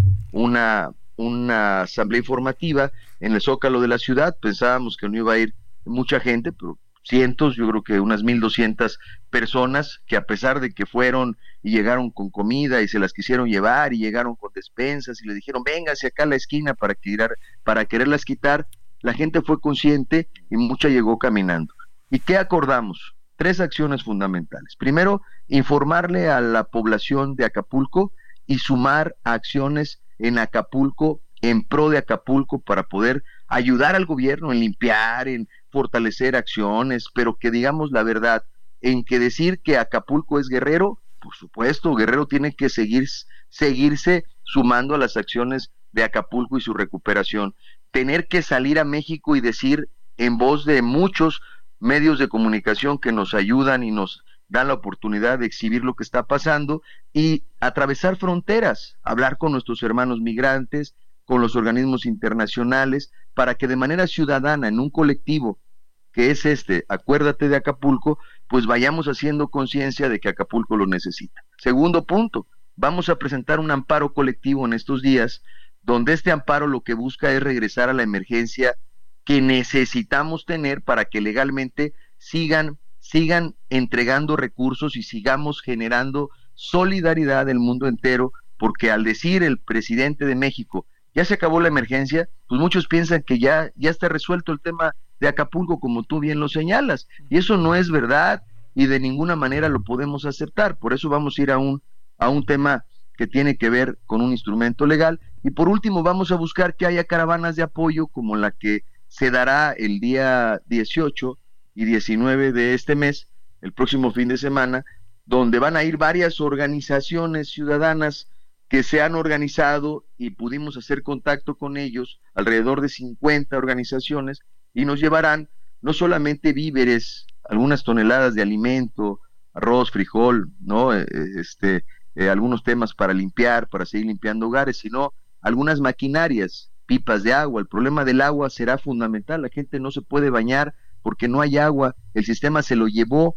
informativa en el Zócalo de la ciudad. Pensábamos que no iba a ir mucha gente, pero cientos, yo creo que unas 1,200 personas, que a pesar de que fueron y llegaron con comida y se las quisieron llevar, y llegaron con despensas y le dijeron véngase acá a la esquina para quererlas quitar, la gente fue consciente y mucha llegó caminando. ¿Y qué acordamos? 3 acciones fundamentales. Primero, informarle a la población de Acapulco y sumar acciones en Acapulco, en pro de Acapulco, para poder ayudar al gobierno en limpiar, en fortalecer acciones, pero que digamos la verdad, en que decir que Acapulco es Guerrero, por supuesto, Guerrero tiene que seguirse sumando a las acciones de Acapulco y su recuperación. Tener que salir a México y decir en voz de muchos medios de comunicación que nos ayudan y nos dan la oportunidad de exhibir lo que está pasando, y atravesar fronteras, hablar con nuestros hermanos migrantes, con los organismos internacionales, para que de manera ciudadana, en un colectivo que es Acuérdate de Acapulco, pues vayamos haciendo conciencia de que Acapulco lo necesita. Segundo punto, vamos a presentar un amparo colectivo en estos días, donde este amparo lo que busca es regresar a la emergencia que necesitamos tener para que legalmente sigan entregando recursos y sigamos generando solidaridad del mundo entero, porque al decir el presidente de México ya se acabó la emergencia, pues muchos piensan que ya está resuelto el tema de Acapulco, como tú bien lo señalas, y eso no es verdad, y de ninguna manera lo podemos aceptar. Por eso vamos a ir a un tema que tiene que ver con un instrumento legal, y por último vamos a buscar que haya caravanas de apoyo como la que se dará el día 18 y 19 de este mes, el próximo fin de semana, donde van a ir varias organizaciones ciudadanas que se han organizado y pudimos hacer contacto con ellos, alrededor de 50 organizaciones, y nos llevarán no solamente víveres, algunas toneladas de alimento, arroz, frijol, ¿no? Algunos temas para limpiar, para seguir limpiando hogares, sino algunas maquinarias, pipas de agua. El problema del agua será fundamental, la gente no se puede bañar porque no hay agua, el sistema se lo llevó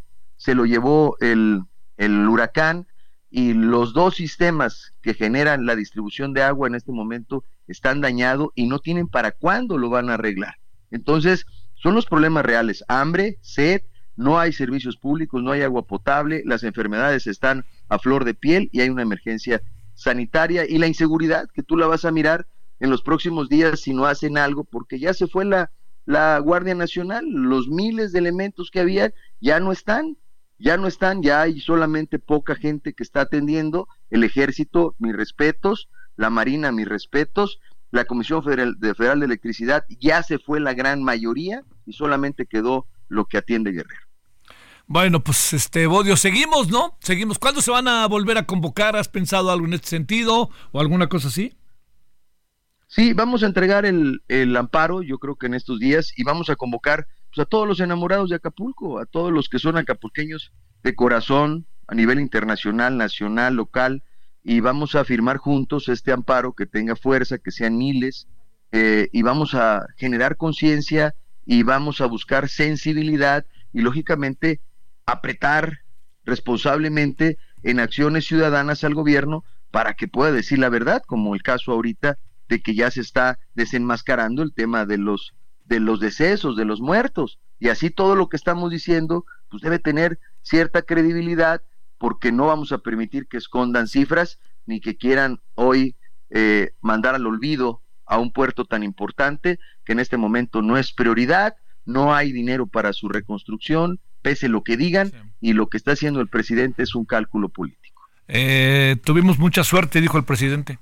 el huracán, y los dos sistemas que generan la distribución de agua en este momento están dañados y no tienen para cuándo lo van a arreglar. Entonces, son los problemas reales: hambre, sed, no hay servicios públicos, no hay agua potable, las enfermedades están a flor de piel y hay una emergencia sanitaria, y la inseguridad que tú la vas a mirar en los próximos días si no hacen algo, porque ya se fue la Guardia Nacional, los miles de elementos que había ya no están, ya hay solamente poca gente que está atendiendo. El Ejército, mis respetos; la Marina, mis respetos; la Comisión Federal de Electricidad, ya se fue la gran mayoría y solamente quedó lo que atiende Guerrero. Bueno, pues Bodio, seguimos, ¿no? Seguimos. ¿Cuándo se van a volver a convocar? ¿Has pensado algo en este sentido o alguna cosa así? Sí, vamos a entregar el amparo, yo creo que en estos días, y vamos a convocar pues a todos los enamorados de Acapulco, a todos los que son acapulqueños de corazón, a nivel internacional, nacional, local, y vamos a firmar juntos este amparo que tenga fuerza, que sean miles, y vamos a generar conciencia y vamos a buscar sensibilidad y lógicamente apretar responsablemente en acciones ciudadanas al gobierno para que pueda decir la verdad, como el caso ahorita de que ya se está desenmascarando el tema de los decesos, de los muertos, y así todo lo que estamos diciendo pues debe tener cierta credibilidad, porque no vamos a permitir que escondan cifras ni que quieran hoy mandar al olvido a un puerto tan importante que en este momento no es prioridad, no hay dinero para su reconstrucción, pese lo que digan, sí. Y lo que está haciendo el presidente es un cálculo político. Tuvimos mucha suerte, dijo el presidente.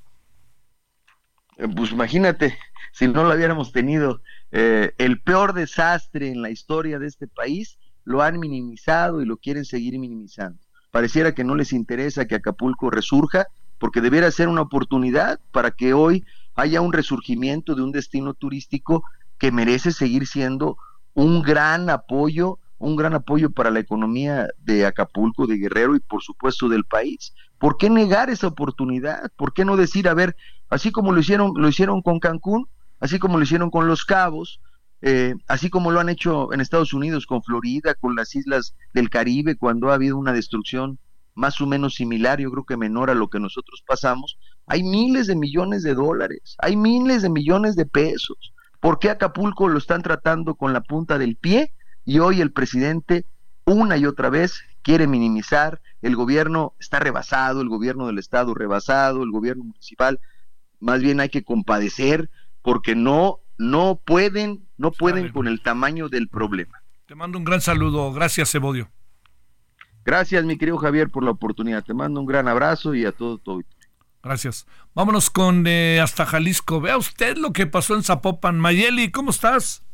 Pues imagínate, si no lo hubiéramos tenido, el peor desastre en la historia de este país, lo han minimizado y lo quieren seguir minimizando. Pareciera que no les interesa que Acapulco resurja, porque debiera ser una oportunidad para que hoy haya un resurgimiento de un destino turístico que merece seguir siendo un gran apoyo para la economía de Acapulco, de Guerrero y por supuesto del país. ¿Por qué negar esa oportunidad? ¿Por qué no decir, a ver, así como lo hicieron con Cancún, así como lo hicieron con Los Cabos, así como lo han hecho en Estados Unidos con Florida, con las islas del Caribe, cuando ha habido una destrucción más o menos similar, yo creo que menor a lo que nosotros pasamos? Hay miles de millones de dólares, hay miles de millones de pesos. ¿Por qué Acapulco lo están tratando con la punta del pie? Y hoy el presidente una y otra vez quiere minimizar. El gobierno está rebasado, el gobierno del estado rebasado, el gobierno municipal. Más bien hay que compadecer, porque no pueden con el tamaño del problema. Te mando un gran saludo. Gracias, Evodio. Gracias, mi querido Javier, por la oportunidad. Te mando un gran abrazo y a todo. Gracias. Vámonos con hasta Jalisco. Vea usted lo que pasó en Zapopan. Mayeli, ¿cómo estás?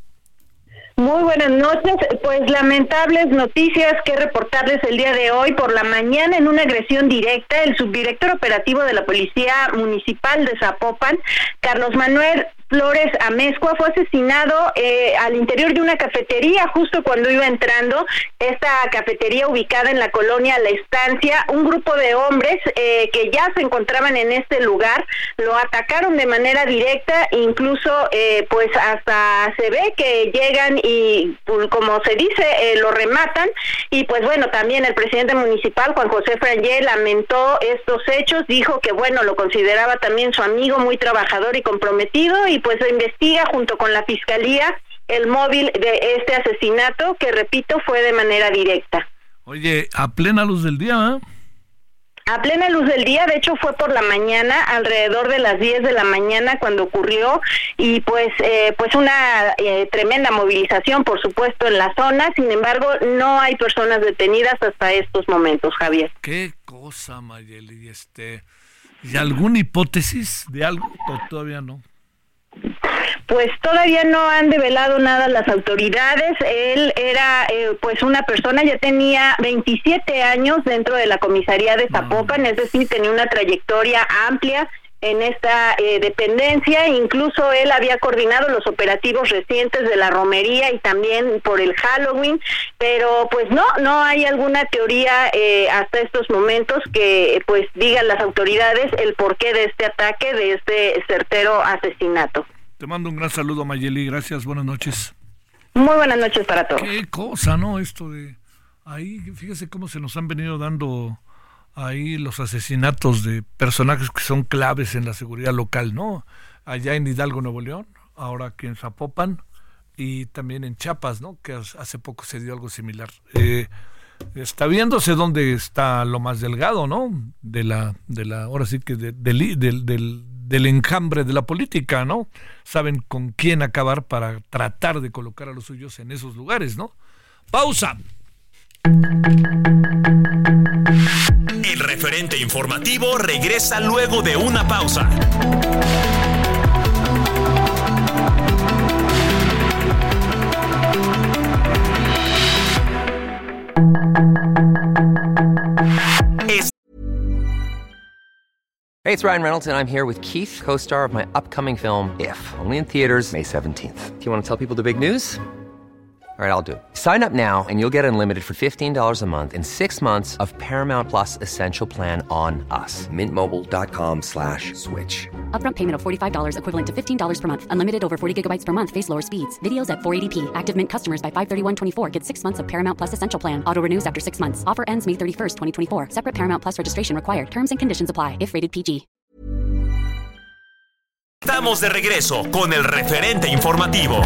Muy buenas noches. Pues lamentables noticias que reportarles el día de hoy. Por la mañana, en una agresión directa, el subdirector operativo de la Policía Municipal de Zapopan, Carlos Manuel Flores Amezcua, fue asesinado al interior de una cafetería justo cuando iba entrando. Esta cafetería ubicada en la colonia La Estancia, un grupo de hombres que ya se encontraban en este lugar lo atacaron de manera directa, incluso pues hasta se ve que llegan y como se dice lo rematan. Y pues bueno, también el presidente municipal, Juan José Frangé, lamentó estos hechos, dijo que bueno, lo consideraba también su amigo, muy trabajador y comprometido, y pues se investiga junto con la fiscalía el móvil de este asesinato, que repito, fue de manera directa. Oye, a plena luz del día, ¿eh? A plena luz del día, de hecho fue por la mañana, alrededor de las 10 de la mañana cuando ocurrió, y pues una tremenda movilización, por supuesto, en la zona. Sin embargo, no hay personas detenidas hasta estos momentos, Javier. Qué cosa, Mayeli. ¿Y alguna hipótesis de algo? Todavía no. Pues todavía no han develado nada las autoridades. Él era pues una persona, ya tenía 27 años dentro de la comisaría de Zapopan, es decir, tenía una trayectoria amplia en esta dependencia. Incluso él había coordinado los operativos recientes de la romería y también por el Halloween, pero pues no hay alguna teoría hasta estos momentos que pues digan las autoridades el porqué de este ataque, de este certero asesinato. Te mando un gran saludo, Mayeli, gracias, buenas noches. Muy buenas noches para todos. Qué cosa, ¿no? Esto de ahí, fíjese cómo se nos han venido dando ahí los asesinatos de personajes que son claves en la seguridad local, ¿no? Allá en Hidalgo, Nuevo León, ahora aquí en Zapopan y también en Chiapas, ¿no? Que hace poco se dio algo similar. Está viéndose dónde está lo más delgado, ¿no? De la ahora sí que del enjambre de la política, ¿no? Saben con quién acabar para tratar de colocar a los suyos en esos lugares, ¿no? ¡Pausa! El referente informativo regresa luego de una pausa. Hey, it's Ryan Reynolds, and I'm here with Keith, co-star of my upcoming film, If, only in theaters May 17th. Do you want to tell people the big news? All right, I'll do it. Sign up now and you'll get unlimited for $15 a month and 6 months of Paramount Plus Essential Plan on us. MintMobile.com/switch. Upfront payment of $45 equivalent to $15 per month. Unlimited over 40 gigabytes per month. Face lower speeds. Videos at 480p. Active Mint customers by 531.24 get 6 months of Paramount Plus Essential Plan. Auto renews after 6 months. Offer ends May 31st, 2024. Separate Paramount Plus registration required. Terms and conditions apply if rated PG. Estamos de regreso con el referente informativo.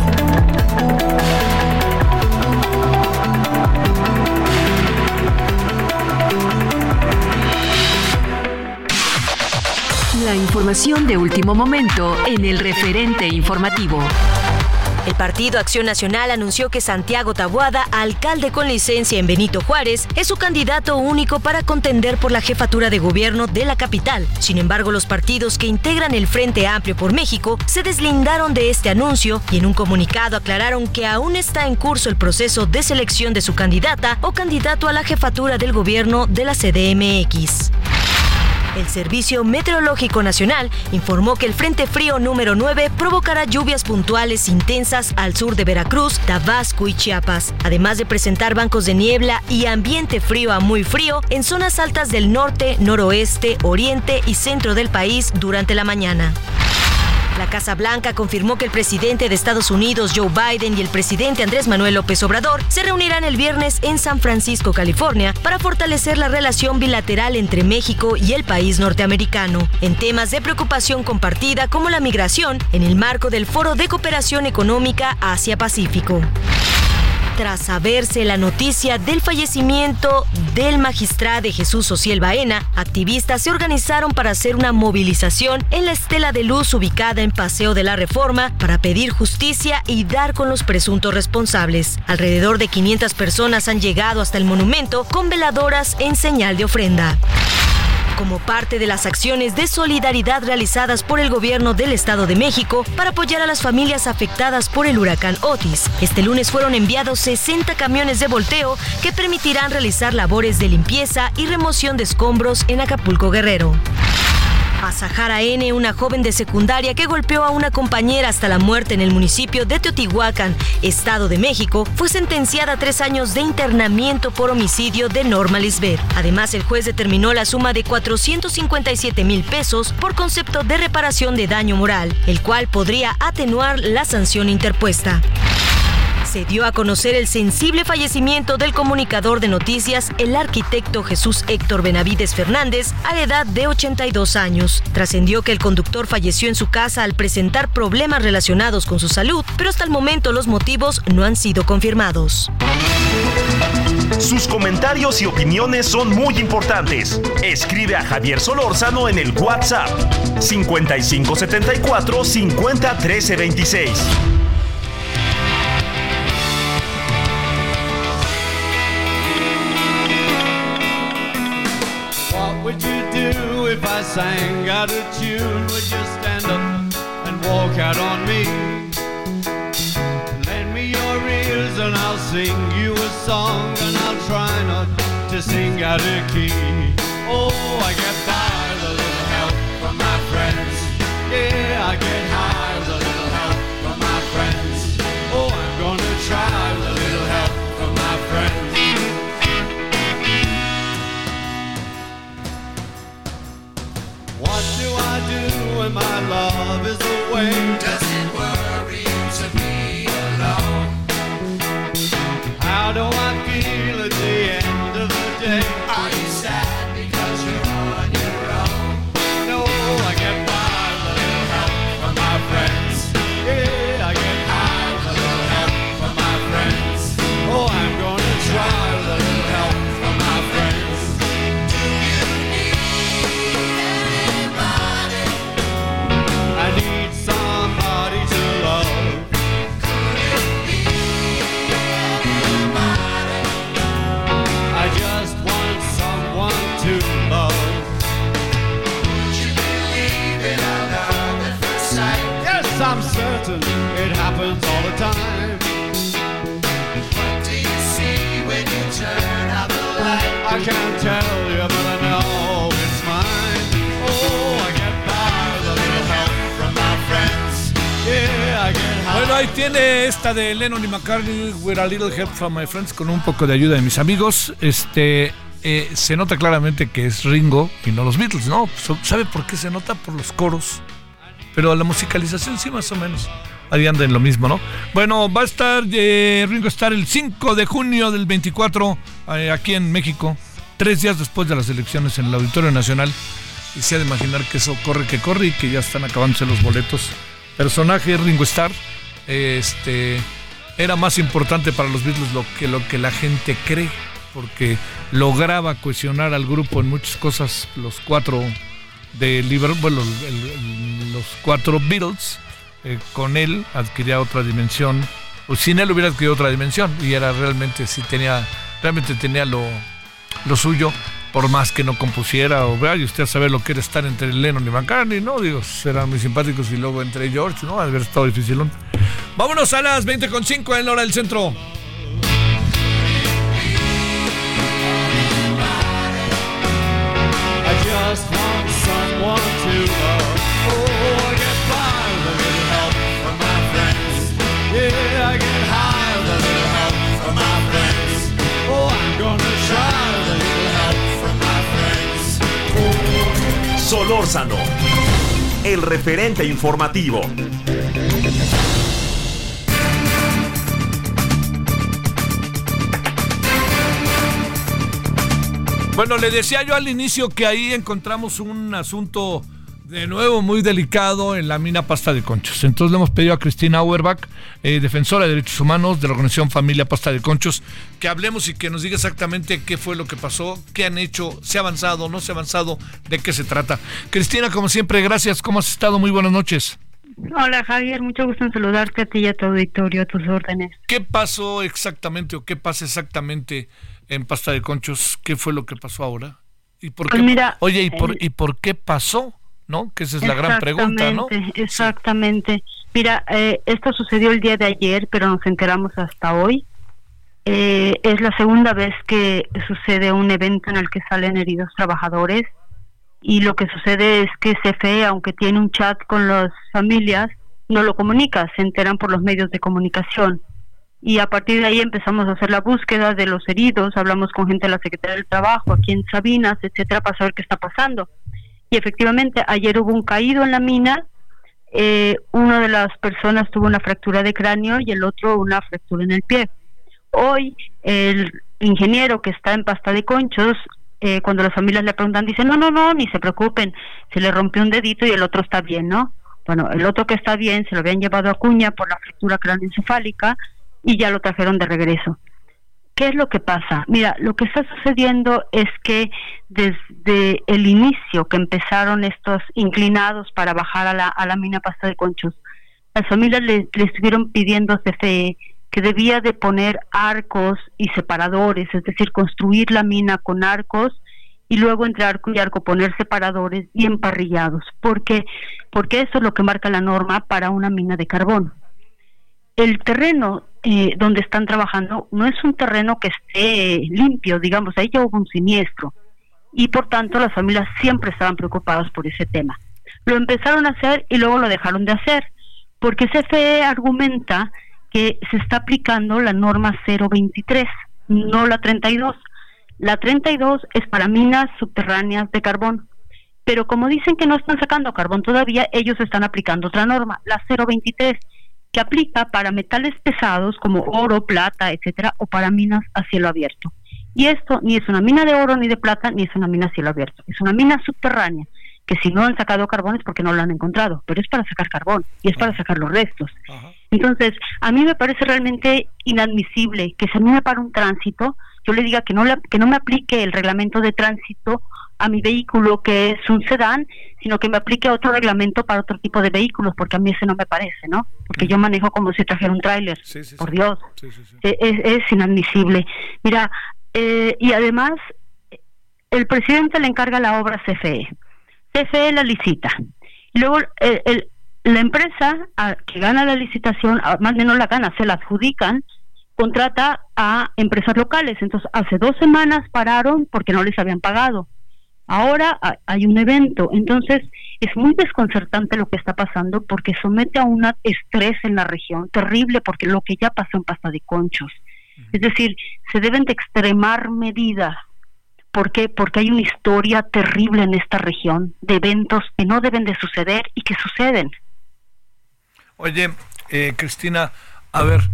La información de último momento en el referente informativo. El Partido Acción Nacional anunció que Santiago Taboada, alcalde con licencia en Benito Juárez, es su candidato único para contender por la jefatura de gobierno de la capital. Sin embargo, los partidos que integran el Frente Amplio por México se deslindaron de este anuncio y en un comunicado aclararon que aún está en curso el proceso de selección de su candidata o candidato a la jefatura del gobierno de la CDMX. El Servicio Meteorológico Nacional informó que el Frente Frío número 9 provocará lluvias puntuales intensas al sur de Veracruz, Tabasco y Chiapas, además de presentar bancos de niebla y ambiente frío a muy frío en zonas altas del norte, noroeste, oriente y centro del país durante la mañana. La Casa Blanca confirmó que el presidente de Estados Unidos, Joe Biden, y el presidente Andrés Manuel López Obrador se reunirán el viernes en San Francisco, California, para fortalecer la relación bilateral entre México y el país norteamericano, en temas de preocupación compartida como la migración, en el marco del Foro de Cooperación Económica Asia-Pacífico. Tras saberse la noticia del fallecimiento del magistrado Jesús Ociel Baena, activistas se organizaron para hacer una movilización en la estela de luz ubicada en Paseo de la Reforma para pedir justicia y dar con los presuntos responsables. Alrededor de 500 personas han llegado hasta el monumento con veladoras en señal de ofrenda. Como parte de las acciones de solidaridad realizadas por el gobierno del Estado de México para apoyar a las familias afectadas por el huracán Otis, este lunes fueron enviados 60 camiones de volteo que permitirán realizar labores de limpieza y remoción de escombros en Acapulco, Guerrero. Azahara N., una joven de secundaria que golpeó a una compañera hasta la muerte en el municipio de Teotihuacán, Estado de México, fue sentenciada a 3 años de internamiento por homicidio de Norma Lisbeth. Además, el juez determinó la suma de 457,000 pesos por concepto de reparación de daño moral, el cual podría atenuar la sanción interpuesta. Se dio a conocer el sensible fallecimiento del comunicador de noticias, el arquitecto Jesús Héctor Benavides Fernández, a la edad de 82 años. Trascendió que el conductor falleció en su casa al presentar problemas relacionados con su salud, pero hasta el momento los motivos no han sido confirmados. Sus comentarios y opiniones son muy importantes. Escribe a Javier Solórzano en el WhatsApp 5574 50 13 26. What would you do if I sang out a tune? Would you stand up and walk walk out on me. Lend me your ears and I'll sing you a song, and I'll try not to sing out of key. Oh, I get by with a little help from my friends. Yeah, I get high with a little help from my friends. Oh, I'm gonna try with a little help from my friends. What do I do when my love is away? Does it worry you to be alone? How do I feel at the end of the day? Are you sad because you're on your own? No, I get by with a little help from my friends. Yeah, I get high with a little help from my friends. Oh, I'm gonna try with a little help from my friends. Do you need anybody? I need somebody to love. Could it be anybody? I just want someone to love. Would you believe in a love at first sight? Yes, I'm certain it happens all the time. What do you see when you turn out the light? I can't tell you, but I know it's mine. Oh, I get by with a little help from my friends. Yeah, I get high. Bueno, ahí tiene esta de Lennon y McCartney, With a Little Help from My Friends, con un poco de ayuda de mis amigos. Se nota claramente que es Ringo y no los Beatles, ¿no? ¿Sabe por qué se nota? Por los coros. Pero la musicalización sí, más o menos. Ahí anda en lo mismo, ¿no? Bueno, va a estar Ringo Starr el 5 de junio del 24 aquí en México, 3 días después de las elecciones en el Auditorio Nacional. Y se ha de imaginar que eso corre y que ya están acabándose los boletos. Personaje Ringo Starr, era más importante para los Beatles lo que la gente cree, porque lograba cohesionar al grupo en muchas cosas. Los cuatro de Liverpool, bueno, los cuatro Beatles, con él adquiría otra dimensión, o sin él hubiera adquirido otra dimensión, y era realmente tenía lo suyo, por más que no compusiera, o vea, y usted sabe lo que era estar entre Lennon y McCartney, ¿no? Digo, eran muy simpáticos, y luego entre George, ¿no? Ha de haber estado dificilón. Vámonos a las 20:05 en la hora del centro. I just want someone to love. Oh, I get by with a little help from my friends. Yeah, I get high with a little help from my friends. Oh, I'm gonna try with a little help from my friends. Solórzano, el referente informativo. Bueno, le decía yo al inicio que ahí encontramos un asunto de nuevo muy delicado en la mina Pasta de Conchos. Entonces le hemos pedido a Cristina Auerbach, defensora de derechos humanos de la organización Familia Pasta de Conchos, que hablemos y que nos diga exactamente qué fue lo que pasó, qué han hecho, se ha avanzado, no se ha avanzado, de qué se trata. Cristina, como siempre, gracias. ¿Cómo has estado? Muy buenas noches. Hola, Javier, mucho gusto en saludarte a ti y a tu auditorio, a tus órdenes. ¿Qué pasó exactamente o qué pasa exactamente en Pasta de Conchos? ¿Qué fue lo que pasó ahora? ¿Y por qué? Pues mira, oye, ¿y por qué pasó? ¿No? Que esa es la gran pregunta, ¿no? Exactamente. Sí. Mira, esto sucedió el día de ayer, pero nos enteramos hasta hoy. Es la segunda vez que sucede un evento en el que salen heridos trabajadores, y lo que sucede es que CFE, aunque tiene un chat con las familias, no lo comunica, se enteran por los medios de comunicación. Y a partir de ahí empezamos a hacer la búsqueda de los heridos, hablamos con gente de la Secretaría del Trabajo, aquí en Sabinas, etcétera, para saber qué está pasando. Y efectivamente, ayer hubo un caído en la mina, una de las personas tuvo una fractura de cráneo y el otro una fractura en el pie. Hoy, el ingeniero que está en Pasta de Conchos, cuando las familias le preguntan, dice, no, ni se preocupen, se le rompió un dedito y el otro está bien, ¿no? Bueno, el otro que está bien se lo habían llevado a Acuña por la fractura craneoencefálica y ya lo trajeron de regreso. ¿Qué es lo que pasa? Mira, lo que está sucediendo es que desde el inicio que empezaron estos inclinados para bajar a la mina Pasta de Conchos, las familias le estuvieron pidiendo a CFE que debía de poner arcos y separadores, es decir, construir la mina con arcos y luego entre arco y arco poner separadores y emparrillados, porque eso es lo que marca la norma para una mina de carbón. El terreno donde están trabajando no es un terreno que esté limpio, digamos, ahí ya hubo un siniestro, y por tanto las familias siempre estaban preocupadas por ese tema. Lo empezaron a hacer y luego lo dejaron de hacer, porque CFE argumenta que se está aplicando la norma 023, no la 32. La 32 es para minas subterráneas de carbón, pero como dicen que no están sacando carbón todavía, ellos están aplicando otra norma, la 023, que aplica para metales pesados como oro, plata, etcétera, o para minas a cielo abierto. Y esto ni es una mina de oro ni de plata, ni es una mina a cielo abierto, es una mina subterránea, que si no han sacado carbón es porque no lo han encontrado, pero es para sacar carbón y es para sacar los restos. Entonces, a mí me parece realmente inadmisible que se me para un tránsito, yo le diga que no me aplique el reglamento de tránsito a mi vehículo, que es un sedán, sino que me aplique otro reglamento para otro tipo de vehículos, porque a mí ese no me parece, ¿no? Porque yo manejo como si trajera un tráiler, por Dios. Es inadmisible. Mira, y además, el presidente le encarga la obra a CFE. CFE la licita. Luego, la empresa que gana la licitación, más bien no la gana, se la adjudican, contrata a empresas locales. Entonces, hace 2 semanas pararon porque no les habían pagado. Ahora hay un evento. Entonces, es muy desconcertante lo que está pasando, porque somete a un estrés en la región terrible, porque lo que ya pasó en Pasta de Conchos. Es decir, se deben de extremar medidas. ¿Por qué? Porque hay una historia terrible en esta región de eventos que no deben de suceder y que suceden. Oye, Cristina, a ver,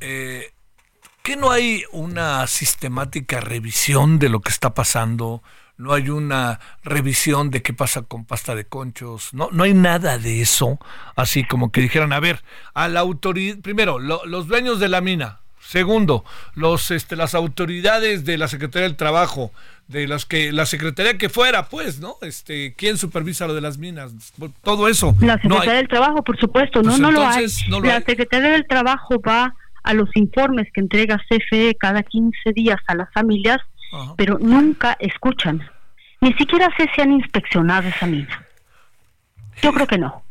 ¿qué no hay una sistemática revisión de lo que está pasando? ¿No hay una revisión de qué pasa con Pasta de Conchos? No hay nada de eso, así como que dijeran, a ver, a la autoridad, primero, los dueños de la mina. Segundo, las autoridades de la Secretaría del Trabajo, de la Secretaría que fuera, pues, ¿no? ¿Quién supervisa lo de las minas? Todo eso. La Secretaría del Trabajo, por supuesto, pues no lo hay. La Secretaría del Trabajo va a los informes que entrega CFE cada 15 días a las familias, pero nunca escuchan. Ni siquiera sé si han inspeccionado esa mina. Yo creo que no.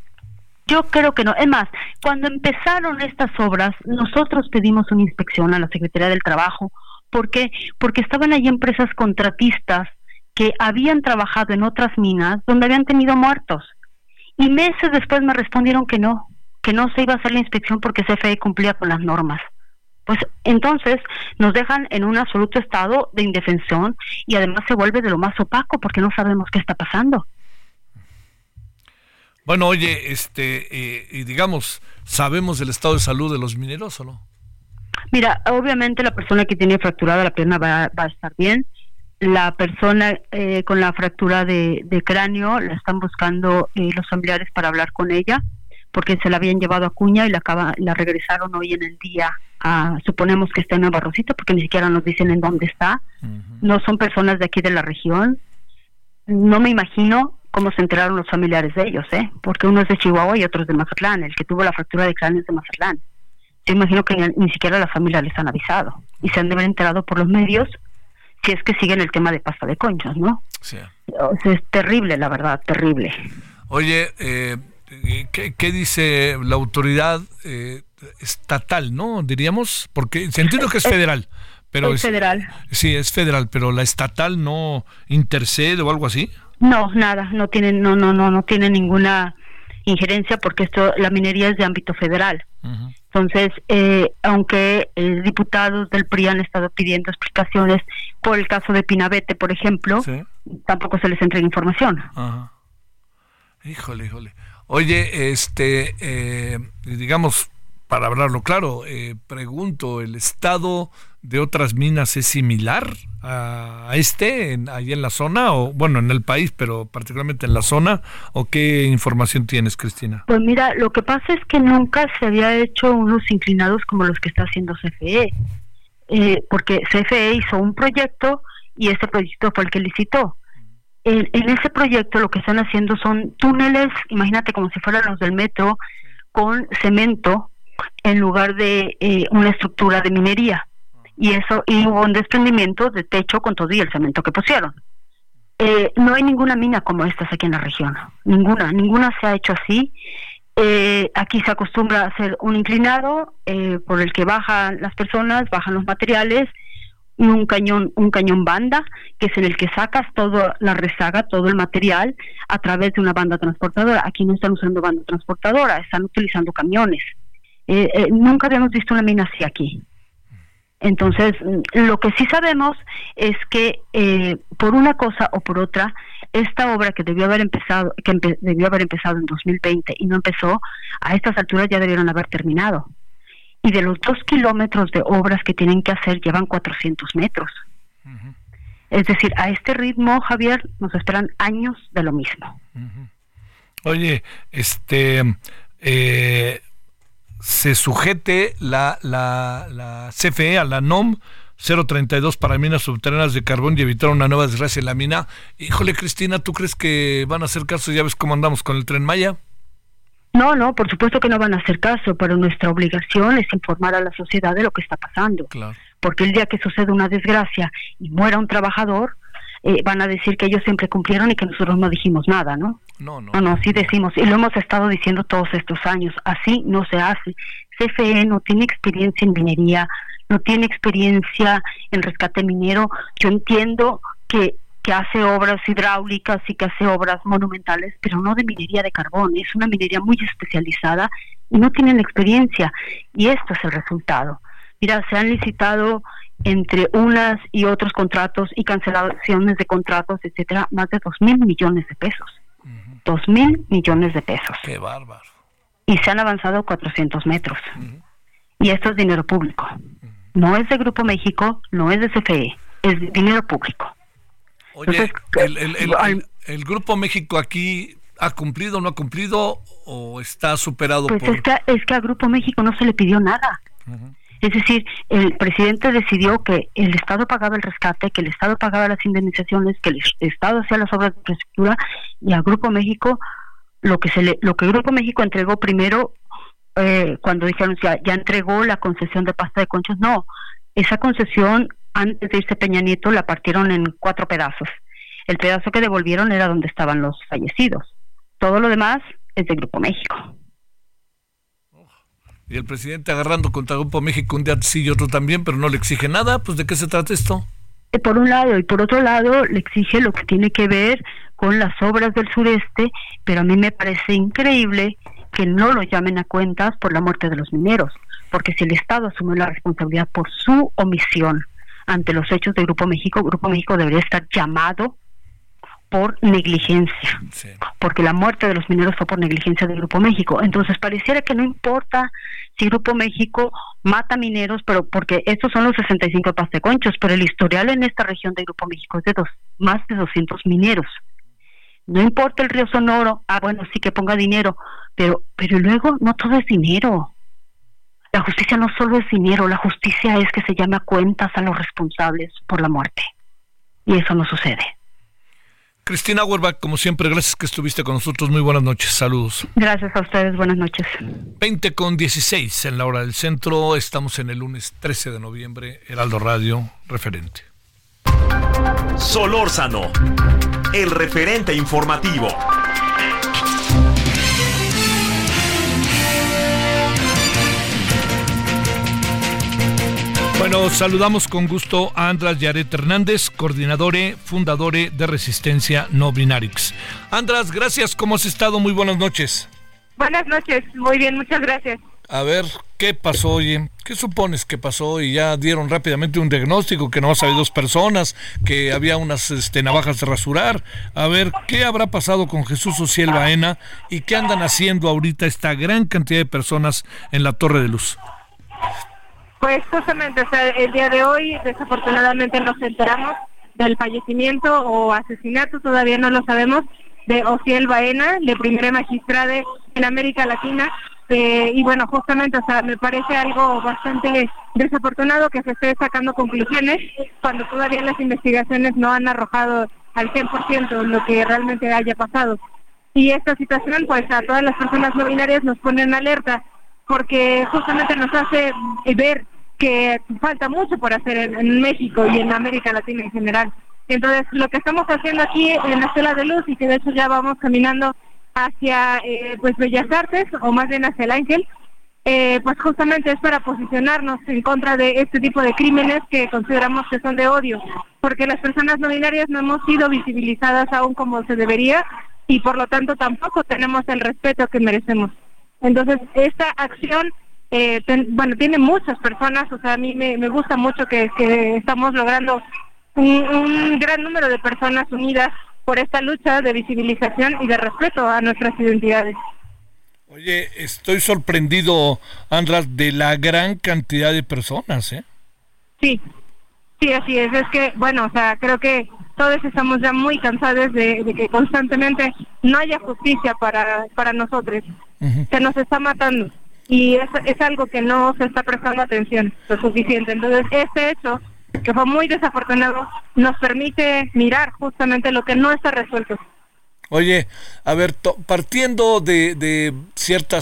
Es más, cuando empezaron estas obras, nosotros pedimos una inspección a la Secretaría del Trabajo. ¿Por qué? Porque estaban ahí empresas contratistas que habían trabajado en otras minas donde habían tenido muertos. Y meses después me respondieron que no se iba a hacer la inspección porque CFE cumplía con las normas. Pues entonces nos dejan en un absoluto estado de indefensión, y además se vuelve de lo más opaco porque no sabemos qué está pasando. Bueno, oye, y digamos, ¿sabemos del estado de salud de los mineros o no? Mira, obviamente la persona que tiene fracturada la pierna va a estar bien. La persona con la fractura de cráneo la están buscando los familiares para hablar con ella, porque se la habían llevado a Acuña y la regresaron hoy en el día. Suponemos que está en Nueva Rosita, porque ni siquiera nos dicen en dónde está. No son personas de aquí de la región. No me imagino cómo se enteraron los familiares de ellos, porque uno es de Chihuahua y otro es de Mazatlán. El que tuvo la fractura de cráneo es de Mazatlán. Yo imagino que ni siquiera la familia les han avisado, y se han de haber enterado por los medios, si es que siguen el tema de Pasta de Conchos, ¿no? Sí. O sea, es terrible, la verdad, terrible. Oye, ¿qué dice la autoridad estatal, no? Diríamos, porque entiendo que es federal. Pero es federal. Sí, es federal, pero la estatal no intercede o algo así. No, nada, no tiene ninguna injerencia, porque la minería es de ámbito federal. Entonces, aunque diputados del PRI han estado pidiendo explicaciones por el caso de Pinabete, por ejemplo, tampoco se les entrega información. Híjole. Oye, digamos, para hablarlo claro, pregunto, ¿el estado de otras minas es similar a ahí en la zona, o bueno, en el país, pero particularmente en la zona? ¿O qué información tienes, Cristina? Pues mira, lo que pasa es que nunca se había hecho unos inclinados como los que está haciendo CFE, porque CFE hizo un proyecto y ese proyecto fue el que licitó. En ese proyecto lo que están haciendo son túneles, imagínate como si fueran los del metro, con cemento en lugar de una estructura de minería, y hubo un desprendimiento de techo con todo y el cemento que pusieron. no hay ninguna mina como estas aquí en la región, ninguna se ha hecho así. Aquí se acostumbra a hacer un inclinado por el que bajan las personas, bajan los materiales, y un cañón banda, que es en el que sacas toda la rezaga, todo el material, a través de una banda transportadora. Aquí no están usando banda transportadora, están utilizando camiones. Nunca habíamos visto una mina así aquí. Entonces, lo que sí sabemos es que por una cosa o por otra, esta obra que debió haber empezado en 2020 y no empezó, a estas alturas ya debieron haber terminado. Y de los 2 kilómetros de obras que tienen que hacer, llevan 400 metros. Uh-huh. Es decir, a este ritmo, Javier, nos esperan años de lo mismo. Uh-huh. Oye, se sujete la CFE a la NOM 032 para minas subterráneas de carbón y evitar una nueva desgracia en la mina. Híjole, Cristina, ¿tú crees que van a hacer caso? Ya ves cómo andamos con el Tren Maya. No, por supuesto que no van a hacer caso, pero nuestra obligación es informar a la sociedad de lo que está pasando. Claro. Porque el día que suceda una desgracia y muera un trabajador, van a decir que ellos siempre cumplieron y que nosotros no dijimos nada, ¿no? No, sí decimos, y lo hemos estado diciendo todos estos años, así no se hace. CFE no tiene experiencia en minería, no tiene experiencia en rescate minero. Yo entiendo que hace obras hidráulicas y que hace obras monumentales, pero no de minería de carbón. Es una minería muy especializada y no tienen experiencia, y esto es el resultado. Mira, se han licitado entre unas y otros contratos y cancelaciones de contratos, etcétera, más de 2,000 millones de pesos. 2,000 millones de pesos. ¡Qué bárbaro! Y se han avanzado 400 metros. Y esto es dinero público. No es de Grupo México, no es de CFE, es dinero público. Oye, ¿el Grupo México aquí ha cumplido, no ha cumplido o está superado? Pues es que a Grupo México no se le pidió nada. Uh-huh. Es decir, el presidente decidió que el Estado pagaba el rescate, que el Estado pagaba las indemnizaciones, que el Estado hacía las obras de infraestructura, y a Grupo México lo que Grupo México entregó primero, cuando dijeron ya entregó la concesión de pasta de conchos. No, esa concesión, antes de irse Peña Nieto, la partieron en 4 pedazos. El pedazo que devolvieron era donde estaban los fallecidos. Todo lo demás es de Grupo México. Y el presidente agarrando contra Grupo México un día sí y otro también, pero no le exige nada. Pues, ¿de qué se trata esto? Por un lado, y por otro lado le exige lo que tiene que ver con las obras del sureste, pero a mí me parece increíble que no lo llamen a cuentas por la muerte de los mineros, porque si el Estado asume la responsabilidad por su omisión ante los hechos de Grupo México debería estar llamado por negligencia, sí, porque la muerte de los mineros fue por negligencia de Grupo México. Entonces pareciera que no importa si Grupo México mata mineros, pero porque estos son los 65 pasteconchos, pero el historial en esta región de Grupo México es de más de 200 mineros. No importa el río Sonoro, bueno, sí que ponga dinero, pero luego no todo es dinero. La justicia no solo es dinero, la justicia es que se llame a cuentas a los responsables por la muerte. Y eso no sucede. Cristina Auerbach, como siempre, gracias que estuviste con nosotros. Muy buenas noches, saludos. Gracias a ustedes, buenas noches. 20:16 en la hora del centro. Estamos en el lunes 13 de noviembre, Heraldo Radio, referente. Solórzano, el referente informativo. Bueno, saludamos con gusto a András Yaret Hernández, coordinadore, fundadore de Resistencia No Binarix. András, gracias, ¿cómo has estado? Muy buenas noches. Buenas noches, muy bien, muchas gracias. A ver, ¿qué pasó, oye? ¿Qué supones que pasó? Y ya dieron rápidamente un diagnóstico, que nomás había 2 personas, que había unas navajas de rasurar. A ver, ¿qué habrá pasado con Jesús Ociel Baena y qué andan haciendo ahorita esta gran cantidad de personas en la Torre de Luz? Pues justamente, o sea, el día de hoy desafortunadamente nos enteramos del fallecimiento o asesinato, todavía no lo sabemos, de Ociel Baena, la primera magistrada en América Latina, y bueno, justamente, o sea, me parece algo bastante desafortunado que se esté sacando conclusiones cuando todavía las investigaciones no han arrojado al 100% lo que realmente haya pasado. Y esta situación, pues a todas las personas no binarias nos pone en alerta, porque justamente nos hace ver que falta mucho por hacer en México y en América Latina en general. Entonces, lo que estamos haciendo aquí en la Estela de Luz, y que de hecho ya vamos caminando hacia pues Bellas Artes, o más bien hacia el Ángel, pues justamente es para posicionarnos en contra de este tipo de crímenes que consideramos que son de odio, porque las personas no binarias no hemos sido visibilizadas aún como se debería, y por lo tanto tampoco tenemos el respeto que merecemos. Entonces, esta acción, tiene muchas personas, o sea, a mí me gusta mucho que estamos logrando un gran número de personas unidas por esta lucha de visibilización y de respeto a nuestras identidades. Oye, estoy sorprendido, Andras, de la gran cantidad de personas, ¿eh? Sí, así es. Es que, bueno, o sea, creo que todos estamos ya muy cansados de que constantemente no haya justicia para nosotros. Uh-huh. Se nos está matando y es algo que no se está prestando atención lo suficiente. Entonces, este hecho, que fue muy desafortunado, nos permite mirar justamente lo que no está resuelto. Oye, a ver, partiendo de ciertas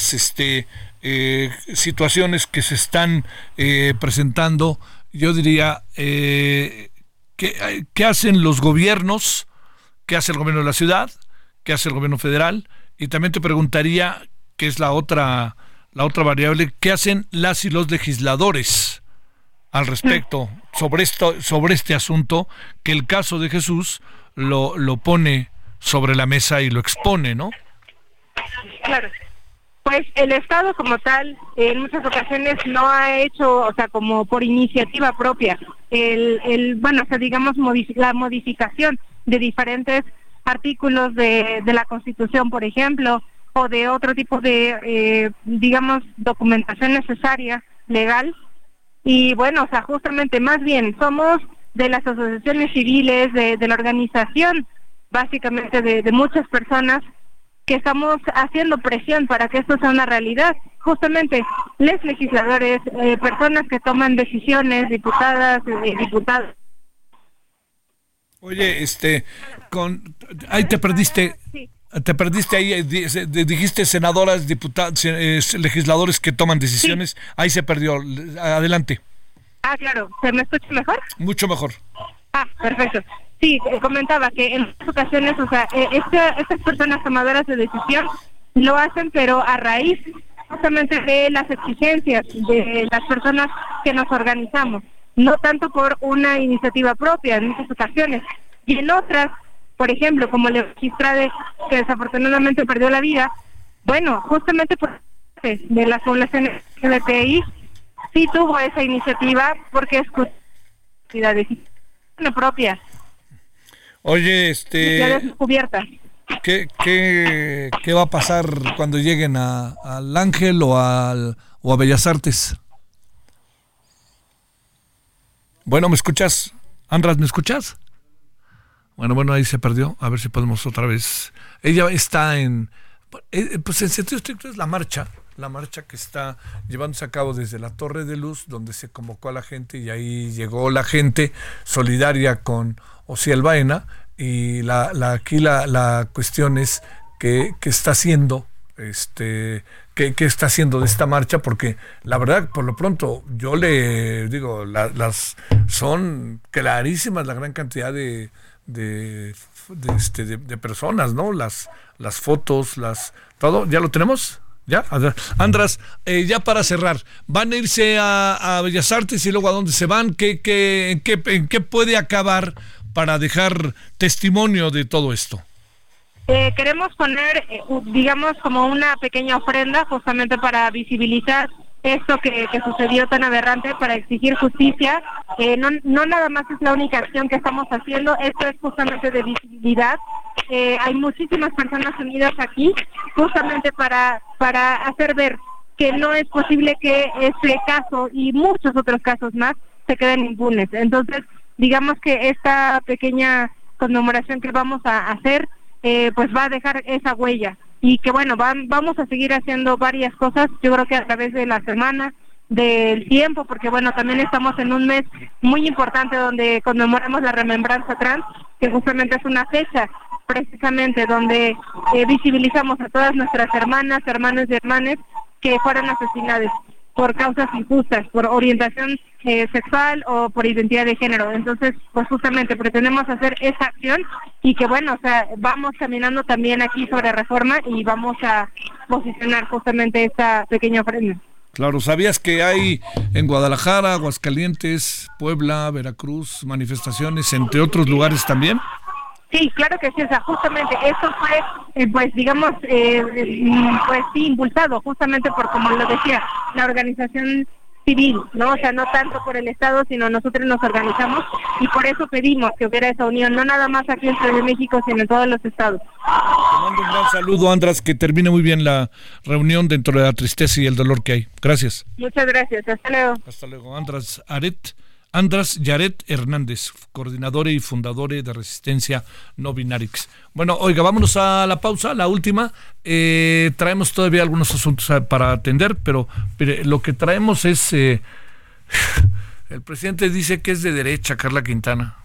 situaciones que se están presentando, yo diría, ¿qué hacen los gobiernos? ¿Qué hace el gobierno de la ciudad? ¿Qué hace el gobierno federal? Y también te preguntaría, que es la otra variable, ¿qué hacen las y los legisladores al respecto sobre este asunto, que el caso de Jesús lo pone sobre la mesa y lo expone, ¿no? Claro. Pues el Estado como tal en muchas ocasiones no ha hecho, o sea, como por iniciativa propia, digamos la modificación de diferentes artículos de la Constitución, por ejemplo, o de otro tipo de, digamos, documentación necesaria, legal. Y bueno, o sea, justamente más bien somos de las asociaciones civiles, de la organización, básicamente de muchas personas que estamos haciendo presión para que esto sea una realidad. Justamente, los legisladores, personas que toman decisiones, diputadas, diputados. Oye, ahí te perdiste. Sí. Te perdiste ahí, dijiste senadoras, diputados, legisladores que toman decisiones, sí. Ahí se perdió. Adelante. Ah, claro. ¿Se me escucha mejor? Mucho mejor. Ah, perfecto. Sí, comentaba que en muchas ocasiones, o sea, estas personas tomadoras de decisión lo hacen, pero a raíz justamente de las exigencias de las personas que nos organizamos, no tanto por una iniciativa propia en muchas ocasiones. Y en otras, por ejemplo, como la magistrada que desafortunadamente perdió la vida, bueno, justamente por de las poblaciones LGBTI, sí tuvo esa iniciativa porque es la decisión propia. Oye, ya descubierta. ¿Qué va a pasar cuando lleguen al Ángel o a Bellas Artes? Bueno, ¿me escuchas? Andras, ¿me escuchas? Bueno, ahí se perdió. A ver si podemos otra vez. Ella está pues en sentido estricto es la marcha que está llevándose a cabo desde la Torre de Luz, donde se convocó a la gente y ahí llegó la gente solidaria con Osiel Baena, y aquí la cuestión es qué está haciendo qué está haciendo de esta marcha, porque la verdad, por lo pronto, yo le digo, son clarísimas la gran cantidad de personas, ¿no? Las fotos, todo, ¿ya lo tenemos? ¿Ya? Andras, ya para cerrar, ¿van a irse a Bellas Artes y luego a dónde se van? ¿En qué puede acabar para dejar testimonio de todo esto? Queremos poner, digamos, como una pequeña ofrenda justamente para visibilizar esto que sucedió tan aberrante, para exigir justicia. No nada más es la única acción que estamos haciendo, esto es justamente de visibilidad. Hay muchísimas personas unidas aquí justamente para hacer ver que no es posible que este caso y muchos otros casos más se queden impunes. Entonces, digamos que esta pequeña conmemoración que vamos a hacer pues va a dejar esa huella, y que bueno, vamos a seguir haciendo varias cosas, yo creo que a través de la semana, del tiempo, porque bueno, también estamos en un mes muy importante donde conmemoramos la remembranza trans, que justamente es una fecha precisamente donde visibilizamos a todas nuestras hermanas, hermanos y hermanas que fueron asesinadas por causas injustas, por orientación sexual o por identidad de género. Entonces, pues justamente pretendemos hacer esa acción y que bueno, o sea, vamos caminando también aquí sobre Reforma y vamos a posicionar justamente esta pequeña ofrenda. Claro, ¿sabías que hay en Guadalajara, Aguascalientes, Puebla, Veracruz, manifestaciones, entre otros lugares también? Sí, claro que sí, o sea, justamente eso fue, pues digamos, pues sí, impulsado justamente por, como lo decía, la organización civil, ¿no? O sea, no tanto por el Estado, sino nosotros nos organizamos y por eso pedimos que hubiera esa unión, no nada más aquí en Ciudad de México, sino en todos los estados. Te mando un gran saludo, Andras, que termine muy bien la reunión dentro de la tristeza y el dolor que hay. Gracias. Muchas gracias, hasta luego. Hasta luego, Andras Yaret Hernández, coordinador y fundador de Resistencia No Binarix. Bueno, oiga, vámonos a la pausa, la última. Traemos todavía algunos asuntos para atender, pero lo que traemos es... el presidente dice que es de derecha, Carla Quintana,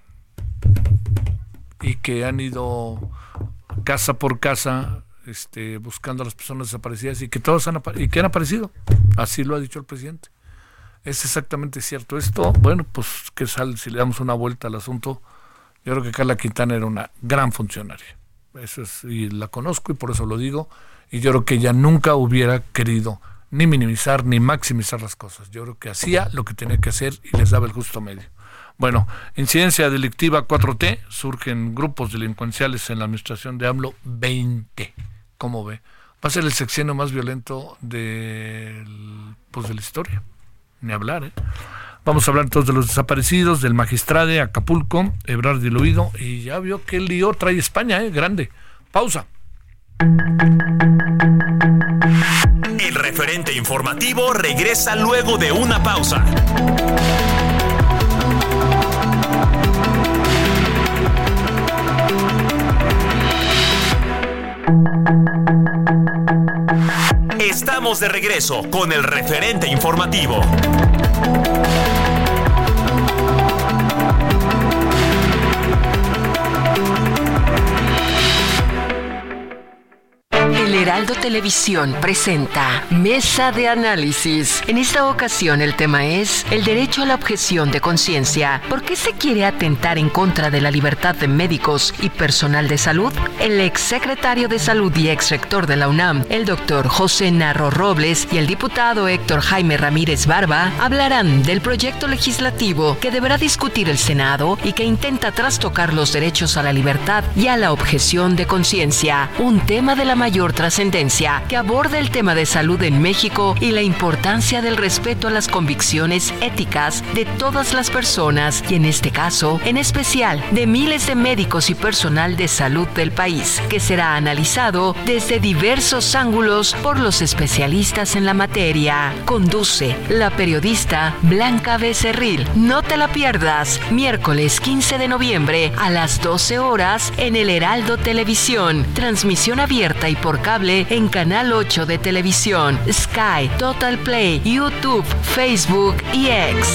y que han ido casa por casa buscando a las personas desaparecidas y que todos han aparecido. Así lo ha dicho el presidente. Es exactamente cierto esto. Bueno, pues que si le damos una vuelta al asunto, yo creo que Carla Quintana era una gran funcionaria. Eso es, y la conozco y por eso lo digo. Y yo creo que ella nunca hubiera querido ni minimizar ni maximizar las cosas. Yo creo que hacía lo que tenía que hacer y les daba el justo medio. Bueno, incidencia delictiva 4T, surgen grupos delincuenciales en la administración de AMLO 20. ¿Cómo ve? Va a ser el sexenio más violento de la historia. Ni hablar, ¿eh? Vamos a hablar entonces de los desaparecidos, del magistrado de Acapulco, Ebrard diluido, y ya vio que el lío trae España, grande. Pausa. El referente informativo regresa luego de una pausa. Estamos de regreso con el referente informativo. El Heraldo Televisión presenta Mesa de Análisis. En esta ocasión el tema es el derecho a la objeción de conciencia. ¿Por qué se quiere atentar en contra de la libertad de médicos y personal de salud? El exsecretario de Salud y exrector de la UNAM, el doctor José Narro Robles, y el diputado Héctor Jaime Ramírez Barba hablarán del proyecto legislativo que deberá discutir el Senado y que intenta trastocar los derechos a la libertad y a la objeción de conciencia, un tema de la mayor trascendencia que aborda el tema de salud en México y la importancia del respeto a las convicciones éticas de todas las personas y en este caso, en especial, de miles de médicos y personal de salud del país, que será analizado desde diversos ángulos por los especialistas en la materia. Conduce la periodista Blanca Becerril. No te la pierdas, miércoles 15 de noviembre a las 12 horas en el Heraldo Televisión. Transmisión abierta y por cable en Canal 8 de televisión, Sky, Total Play, YouTube, Facebook y X.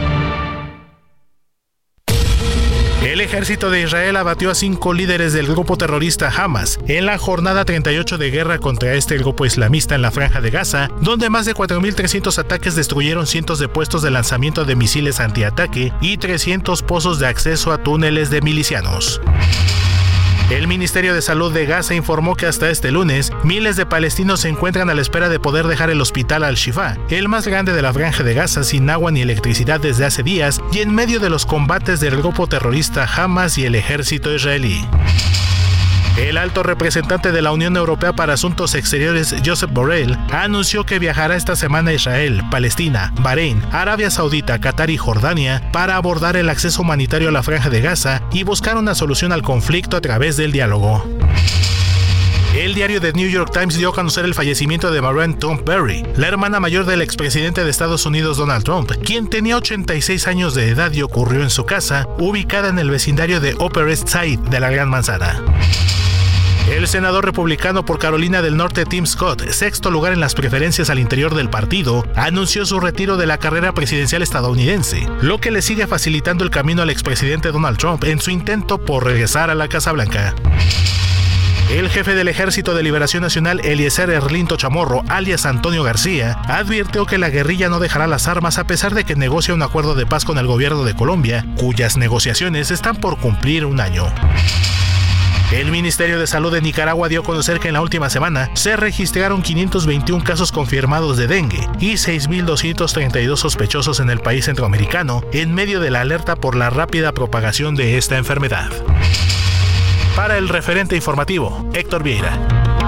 El ejército de Israel abatió a 5 líderes del grupo terrorista Hamas en la jornada 38 de guerra contra este grupo islamista en la Franja de Gaza, donde más de 4.300 ataques destruyeron cientos de puestos de lanzamiento de misiles antiataque y 300 pozos de acceso a túneles de milicianos. El Ministerio de Salud de Gaza informó que hasta este lunes, miles de palestinos se encuentran a la espera de poder dejar el hospital Al-Shifa, el más grande de la Franja de Gaza, sin agua ni electricidad desde hace días y en medio de los combates del grupo terrorista Hamas y el ejército israelí. El alto representante de la Unión Europea para Asuntos Exteriores, Josep Borrell, anunció que viajará esta semana a Israel, Palestina, Bahrein, Arabia Saudita, Qatar y Jordania para abordar el acceso humanitario a la Franja de Gaza y buscar una solución al conflicto a través del diálogo. El diario The New York Times dio a conocer el fallecimiento de Marianne Trump Berry, la hermana mayor del expresidente de Estados Unidos Donald Trump, quien tenía 86 años de edad y ocurrió en su casa, ubicada en el vecindario de Upper East Side de la Gran Manzana. El senador republicano por Carolina del Norte Tim Scott, sexto lugar en las preferencias al interior del partido, anunció su retiro de la carrera presidencial estadounidense, lo que le sigue facilitando el camino al expresidente Donald Trump en su intento por regresar a la Casa Blanca. El jefe del Ejército de Liberación Nacional, Eliezer Erlinto Chamorro, alias Antonio García, advirtió que la guerrilla no dejará las armas a pesar de que negocia un acuerdo de paz con el gobierno de Colombia, cuyas negociaciones están por cumplir un año. El Ministerio de Salud de Nicaragua dio a conocer que en la última semana se registraron 521 casos confirmados de dengue y 6.232 sospechosos en el país centroamericano, en medio de la alerta por la rápida propagación de esta enfermedad. Para el referente informativo, Héctor Vieira.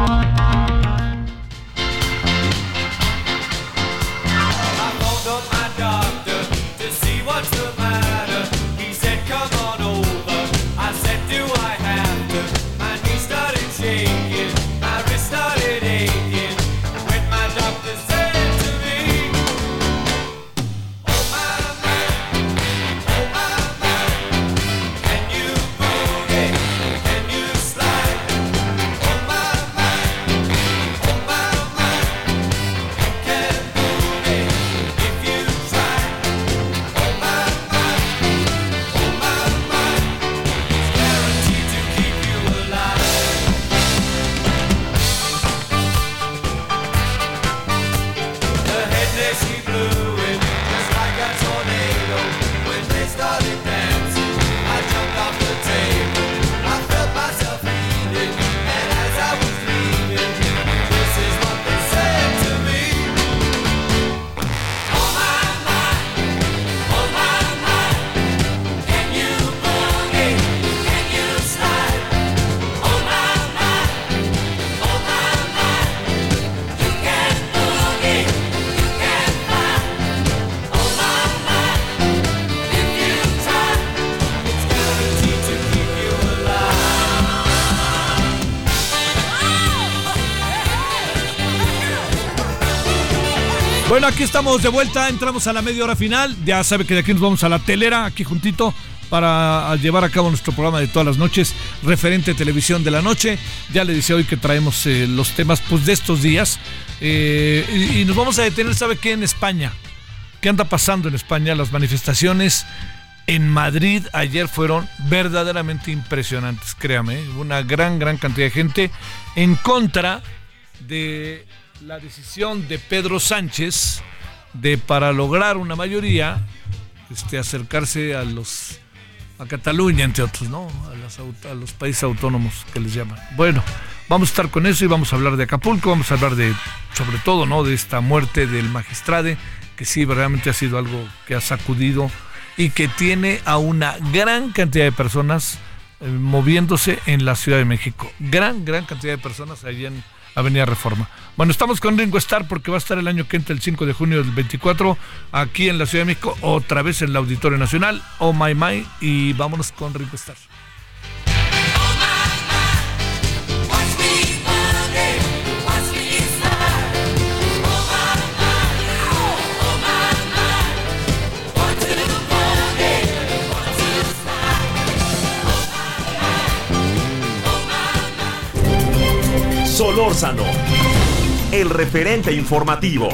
Bueno, aquí estamos de vuelta, entramos a la media hora final. Ya sabe que de aquí nos vamos a la telera, aquí juntito, para llevar a cabo nuestro programa de todas las noches, referente televisión de la noche. Ya le decía hoy que traemos los temas pues, de estos días. Y nos vamos a detener, ¿sabe qué? En España. ¿Qué anda pasando en España? Las manifestaciones en Madrid ayer fueron verdaderamente impresionantes, créame. Una gran cantidad de gente en contra de la decisión de Pedro Sánchez de, para lograr una mayoría, acercarse a Cataluña, entre otros, ¿no? A los países autónomos que les llaman. Bueno, vamos a estar con eso y vamos a hablar de Acapulco, vamos a hablar sobre todo, ¿no? De esta muerte del magistrado, que sí, verdaderamente ha sido algo que ha sacudido y que tiene a una gran cantidad de personas moviéndose en la Ciudad de México. Gran cantidad de personas allí en Avenida Reforma. Bueno, estamos con Ringo Starr porque va a estar el año que entra, el 5 de junio del 24, aquí en la Ciudad de México, otra vez en el Auditorio Nacional, Oh My My, y vámonos con Ringo Starr. Solórzano, el referente informativo.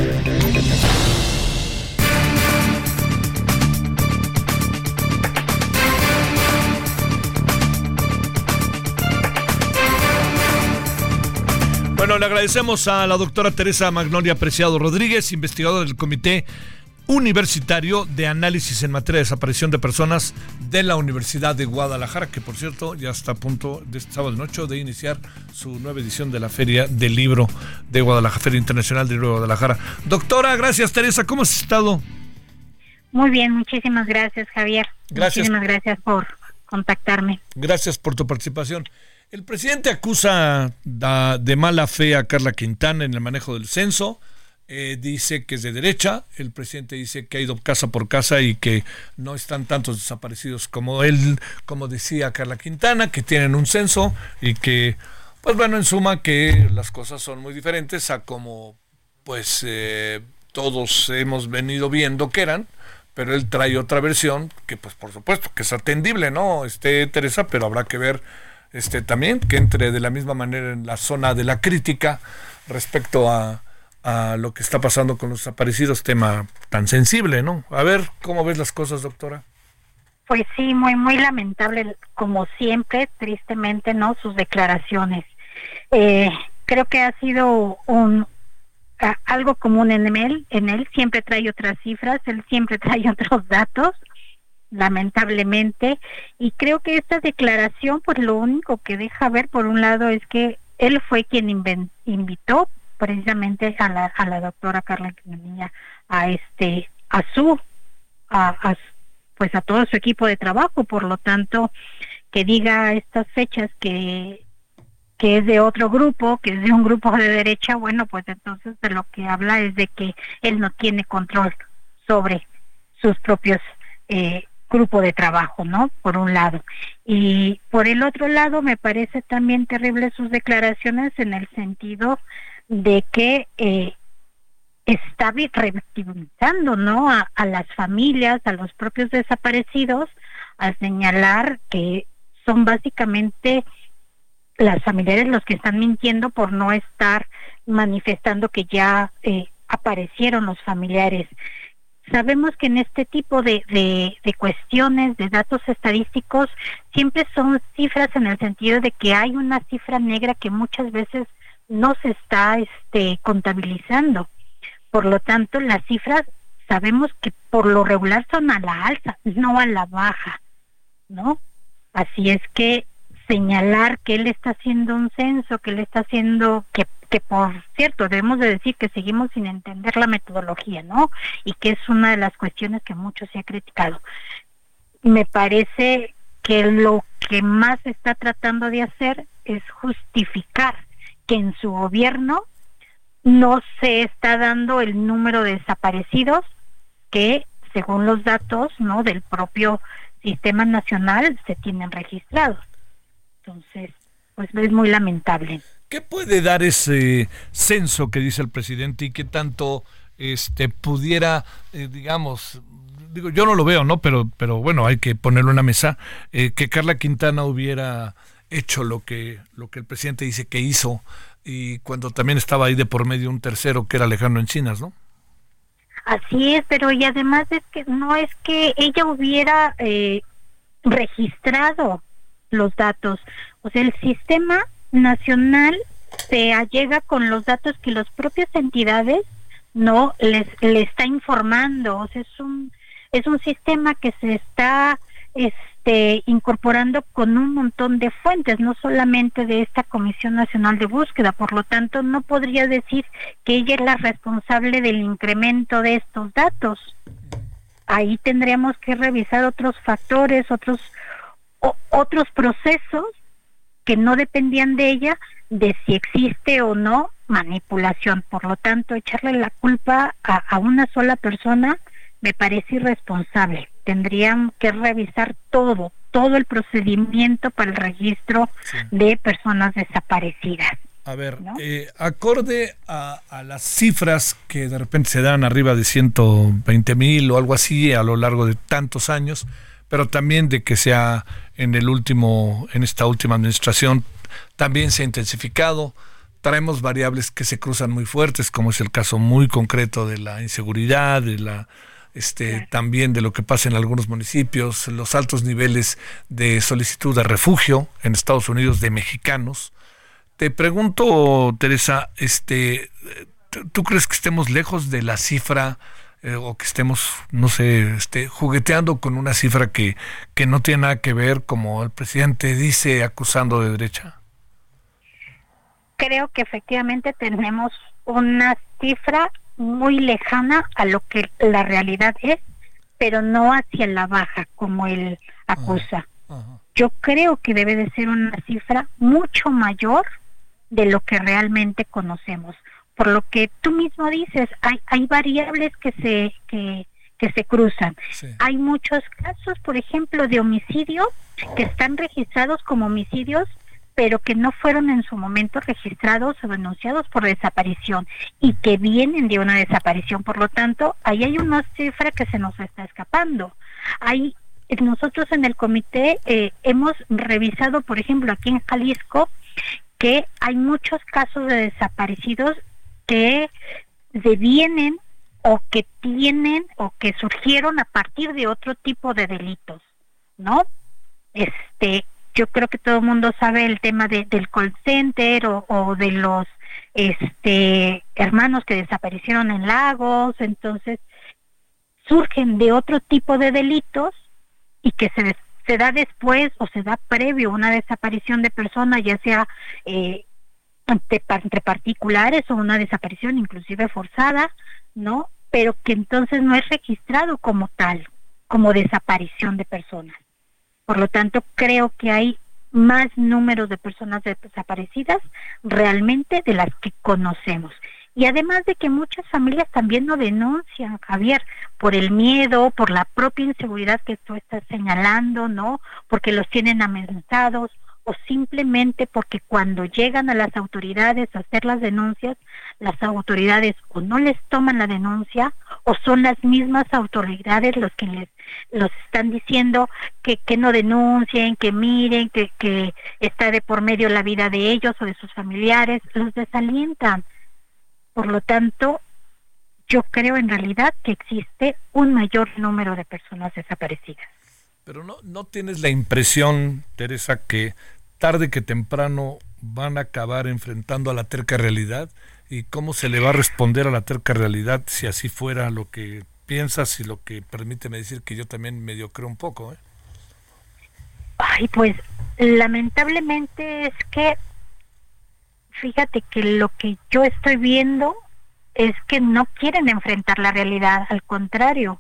Bueno, le agradecemos a la doctora Teresa Magnolia Preciado Rodríguez, investigadora del Comité Universitario de Análisis en Materia de Desaparición de Personas de la Universidad de Guadalajara, que por cierto ya está a punto de este sábado noche de iniciar su nueva edición de la Feria del Libro de Guadalajara, Feria Internacional del Libro de Guadalajara. Doctora, gracias Teresa, ¿cómo has estado? Muy bien, muchísimas gracias Javier. Gracias. Muchísimas gracias por contactarme. Gracias por tu participación. El presidente acusa de mala fe a Carla Quintana en el manejo del censo. Dice que es de derecha. El presidente dice que ha ido casa por casa y que no están tantos desaparecidos como él, como decía Carla Quintana, que tienen un censo y que, pues bueno, en suma que las cosas son muy diferentes a como pues todos hemos venido viendo que eran, pero él trae otra versión que pues por supuesto que es atendible, ¿no? Teresa, pero habrá que ver también que entre de la misma manera en la zona de la crítica respecto a lo que está pasando con los desaparecidos, tema tan sensible, ¿no? A ver, ¿cómo ves las cosas, doctora? Pues sí, muy, muy lamentable, como siempre, tristemente, ¿no? Sus declaraciones. Creo que ha sido algo común en él siempre trae otras cifras, él siempre trae otros datos, lamentablemente, y creo que esta declaración, pues lo único que deja ver, por un lado, es que él fue quien invitó precisamente a la doctora Carla Quintanilla pues a todo su equipo de trabajo. Por lo tanto, que diga estas fechas que es de otro grupo, que es de un grupo de derecha, bueno, pues entonces de lo que habla es de que él no tiene control sobre sus propios grupos de trabajo, ¿no? Por un lado. Y por el otro lado, me parece también terrible sus declaraciones en el sentido de que está revictimizando, ¿no? A las familias, a los propios desaparecidos, a señalar que son básicamente las familiares los que están mintiendo por no estar manifestando que ya aparecieron los familiares. Sabemos que en este tipo de cuestiones, de datos estadísticos, siempre son cifras en el sentido de que hay una cifra negra que muchas veces no se está contabilizando. Por lo tanto, las cifras sabemos que por lo regular son a la alza, no a la baja, ¿no? Así es que señalar que él está haciendo un censo, que él está haciendo, que por cierto, debemos de decir que seguimos sin entender la metodología, ¿no? Y que es una de las cuestiones que mucho se ha criticado. Me parece que lo que más está tratando de hacer es justificar que en su gobierno no se está dando el número de desaparecidos que, según los datos, ¿no?, del propio Sistema Nacional, se tienen registrados. Entonces, pues es muy lamentable. ¿Qué puede dar ese censo que dice el presidente y qué tanto pudiera, digamos, digo, yo no lo veo, ¿no? Pero bueno, hay que ponerlo en la mesa, que Carla Quintana hubiera hecho lo que el presidente dice que hizo, y cuando también estaba ahí de por medio un tercero que era Alejandro Encinas, ¿no? Así es, pero y además es que no es que ella hubiera registrado los datos, o sea, el Sistema Nacional se allega con los datos que las propias entidades no le está informando, o sea, es un sistema que se está incorporando con un montón de fuentes, no solamente de esta Comisión Nacional de Búsqueda. Por lo tanto, no podría decir que ella es la responsable del incremento de estos datos. Ahí tendríamos que revisar otros factores, otros procesos que no dependían de ella, de si existe o no manipulación. Por lo tanto, echarle la culpa a una sola persona me parece irresponsable. Tendrían que revisar todo el procedimiento para el registro de personas desaparecidas. A ver, ¿no? Acorde a las cifras que de repente se dan arriba de 120,000 o algo así a lo largo de tantos años, pero también de que sea en esta última administración también se ha intensificado. Traemos variables que se cruzan muy fuertes, como es el caso muy concreto de la inseguridad, de la también de lo que pasa en algunos municipios, los altos niveles de solicitud de refugio en Estados Unidos de mexicanos. Te pregunto, Teresa, ¿tú crees que estemos lejos de la cifra o que estemos, no sé, jugueteando con una cifra que no tiene nada que ver, como el presidente dice, acusando de derecha? Creo que efectivamente tenemos una cifra muy lejana a lo que la realidad es, pero no hacia la baja como él acusa. Yo creo que debe de ser una cifra mucho mayor de lo que realmente conocemos. Por lo que tú mismo dices, hay variables que se cruzan. Sí. Hay muchos casos, por ejemplo, de homicidios que están registrados como homicidios, pero que no fueron en su momento registrados o denunciados por desaparición y que vienen de una desaparición. Por lo tanto, ahí hay una cifra que se nos está escapando. Nosotros en el comité hemos revisado, por ejemplo, aquí en Jalisco, que hay muchos casos de desaparecidos que devienen o que tienen o que surgieron a partir de otro tipo de delitos. ¿no? Yo creo que todo el mundo sabe el tema del call center o de los hermanos que desaparecieron en Lagos. Entonces surgen de otro tipo de delitos y que se da después o se da previo a una desaparición de personas, ya sea entre particulares o una desaparición inclusive forzada, ¿no? Pero que entonces no es registrado como tal, como desaparición de personas. Por lo tanto, creo que hay más números de personas desaparecidas realmente de las que conocemos. Y además de que muchas familias también no denuncian, Javier, por el miedo, por la propia inseguridad que tú estás señalando, ¿no? Porque los tienen amenazados, o simplemente porque cuando llegan a las autoridades a hacer las denuncias, las autoridades o no les toman la denuncia, o son las mismas autoridades los que los están diciendo que no denuncien, que miren, que está de por medio la vida de ellos o de sus familiares, los desalientan. Por lo tanto, yo creo en realidad que existe un mayor número de personas desaparecidas. Pero no tienes la impresión, Teresa, que tarde que temprano van a acabar enfrentando a la terca realidad, y cómo se le va a responder a la terca realidad si así fuera lo que piensas, y lo que permíteme decir que yo también medio creo un poco, ¿eh? Ay, pues lamentablemente es que fíjate que lo que yo estoy viendo es que no quieren enfrentar la realidad, al contrario,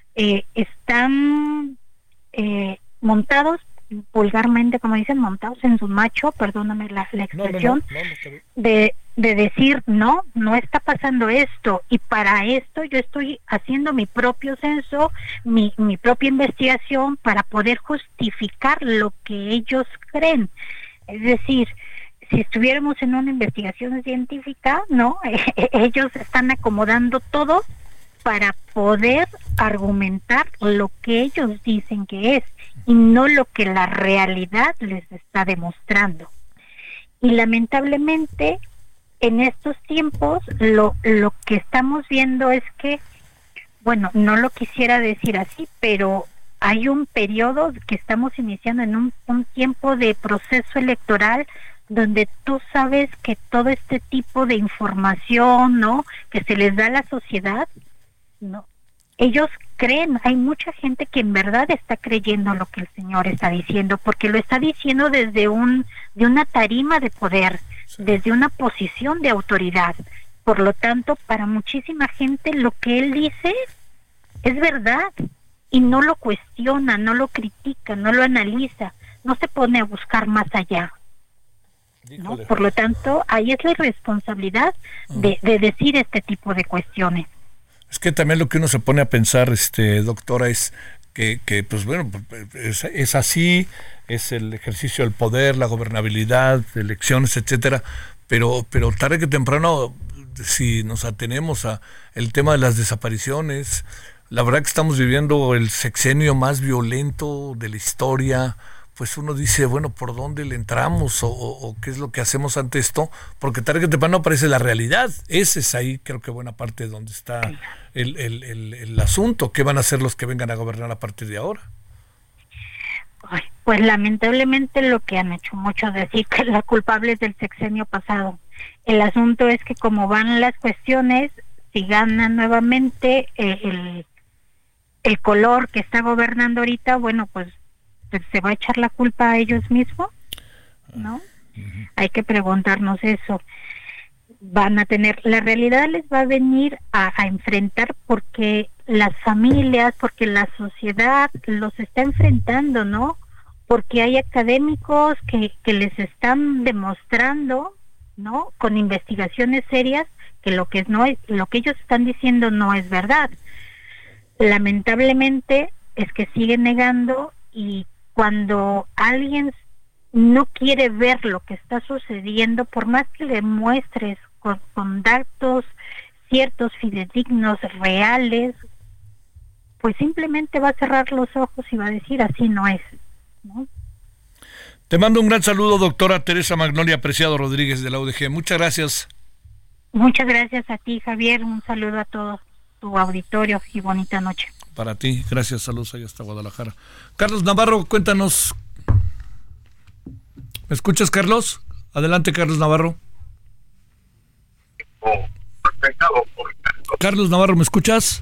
están montados, vulgarmente como dicen, montados en su macho, perdóname la expresión, de decir, no está pasando esto, y para esto yo estoy haciendo mi propio censo, mi propia investigación para poder justificar lo que ellos creen. Es decir, si estuviéramos en una investigación científica, ¿no? Ellos están acomodando todo para poder argumentar lo que ellos dicen que es y no lo que la realidad les está demostrando. Y lamentablemente en estos tiempos lo que estamos viendo es que, bueno, no lo quisiera decir así, pero hay un periodo que estamos iniciando en un tiempo de proceso electoral donde tú sabes que todo este tipo de información, ¿no?, que se les da a la sociedad, no, ellos creen, hay mucha gente que en verdad está creyendo lo que el señor está diciendo, porque lo está diciendo desde de una tarima de poder, desde una posición de autoridad. Por lo tanto, para muchísima gente lo que él dice es verdad y no lo cuestiona, no lo critica, no lo analiza, no se pone a buscar más allá, ¿no? Por lo tanto, ahí es la irresponsabilidad de decir este tipo de cuestiones. Es que también lo que uno se pone a pensar, doctora, es que pues bueno, es así, es el ejercicio del poder, la gobernabilidad, elecciones, etcétera, pero tarde que temprano, si nos atenemos a el tema de las desapariciones, la verdad que estamos viviendo el sexenio más violento de la historia. Pues uno dice, bueno, ¿por dónde le entramos? O qué es lo que hacemos ante esto, porque tarde que temprano aparece la realidad. Ese es ahí, creo que buena parte de donde está el asunto. ¿Qué van a hacer los que vengan a gobernar a partir de ahora? Ay, pues lamentablemente lo que han hecho muchos decir que la culpable es del sexenio pasado. El asunto es que como van las cuestiones, si gana nuevamente el color que está gobernando ahorita, bueno, pues se va a echar la culpa a ellos mismos, ¿no? Hay que preguntarnos eso. Van a tener, la realidad les va a venir a enfrentar, porque las familias, porque la sociedad los está enfrentando, ¿no? Porque hay académicos que les están demostrando, ¿no?, con investigaciones serias, que lo que ellos están diciendo no es verdad. Lamentablemente es que siguen negando, y cuando alguien no quiere ver lo que está sucediendo, por más que le muestres con datos ciertos, fidedignos, reales, pues simplemente va a cerrar los ojos y va a decir así no es, ¿no? Te mando un gran saludo, doctora Teresa Magnolia Preciado Rodríguez de la UDG. Muchas gracias. Muchas gracias a ti, Javier. Un saludo a todo tu auditorio y bonita noche. Para ti, gracias, saludos allá hasta Guadalajara. Carlos Navarro, cuéntanos. ¿Me escuchas, Carlos? Adelante, Carlos Navarro. Carlos Navarro, ¿me escuchas?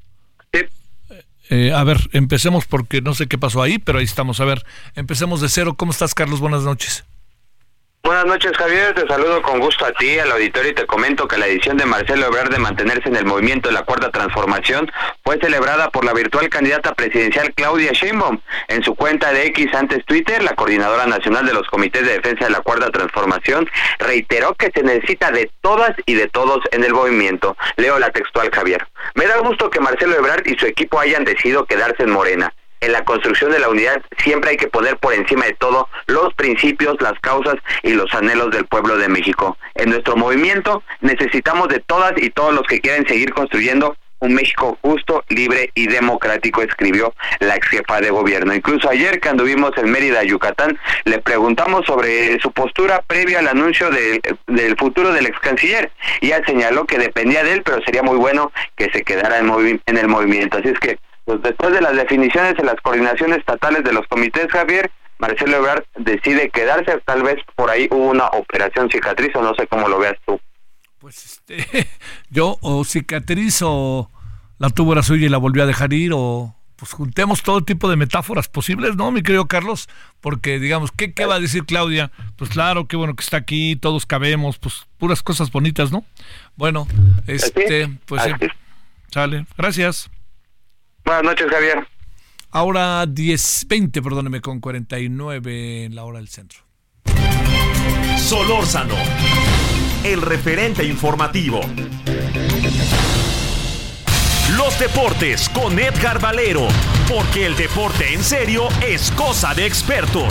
Sí. A ver, empecemos porque no sé qué pasó ahí, pero ahí estamos. A ver, empecemos de cero. ¿Cómo estás, Carlos? Buenas noches. Buenas noches, Javier, te saludo con gusto a ti, al auditorio, y te comento que la decisión de Marcelo Ebrard de mantenerse en el movimiento de la Cuarta Transformación fue celebrada por la virtual candidata presidencial Claudia Sheinbaum. En su cuenta de X, antes Twitter, la coordinadora nacional de los comités de defensa de la Cuarta Transformación reiteró que se necesita de todas y de todos en el movimiento. Leo la textual, Javier. Me da gusto que Marcelo Ebrard y su equipo hayan decidido quedarse en Morena. En la construcción de la unidad siempre hay que poner por encima de todo los principios, las causas y los anhelos del pueblo de México. En nuestro movimiento necesitamos de todas y todos los que quieren seguir construyendo un México justo, libre y democrático, escribió la ex jefa de gobierno. Incluso ayer que anduvimos en Mérida, Yucatán, le preguntamos sobre su postura previa al anuncio del futuro del ex canciller, y ella señaló que dependía de él, pero sería muy bueno que se quedara en el movimiento. Así es que pues después de las definiciones en las coordinaciones estatales de los comités, Javier, Marcelo Ebrard decide quedarse. Tal vez por ahí hubo una operación cicatriz, o no sé cómo lo veas tú. Pues yo o cicatriz o la tuvo la suya y la volvió a dejar ir, o pues juntemos todo tipo de metáforas posibles, ¿no, mi querido Carlos? Porque digamos, ¿qué va a decir Claudia? Pues claro, qué bueno que está aquí, todos cabemos, pues puras cosas bonitas, ¿no? Bueno, pues sí, sale, gracias. Buenas noches, Javier. Ahora 10:20, perdóneme, con 49 en la hora del centro. Solórzano, el referente informativo. Los deportes con Edgar Valero, porque el deporte en serio es cosa de expertos.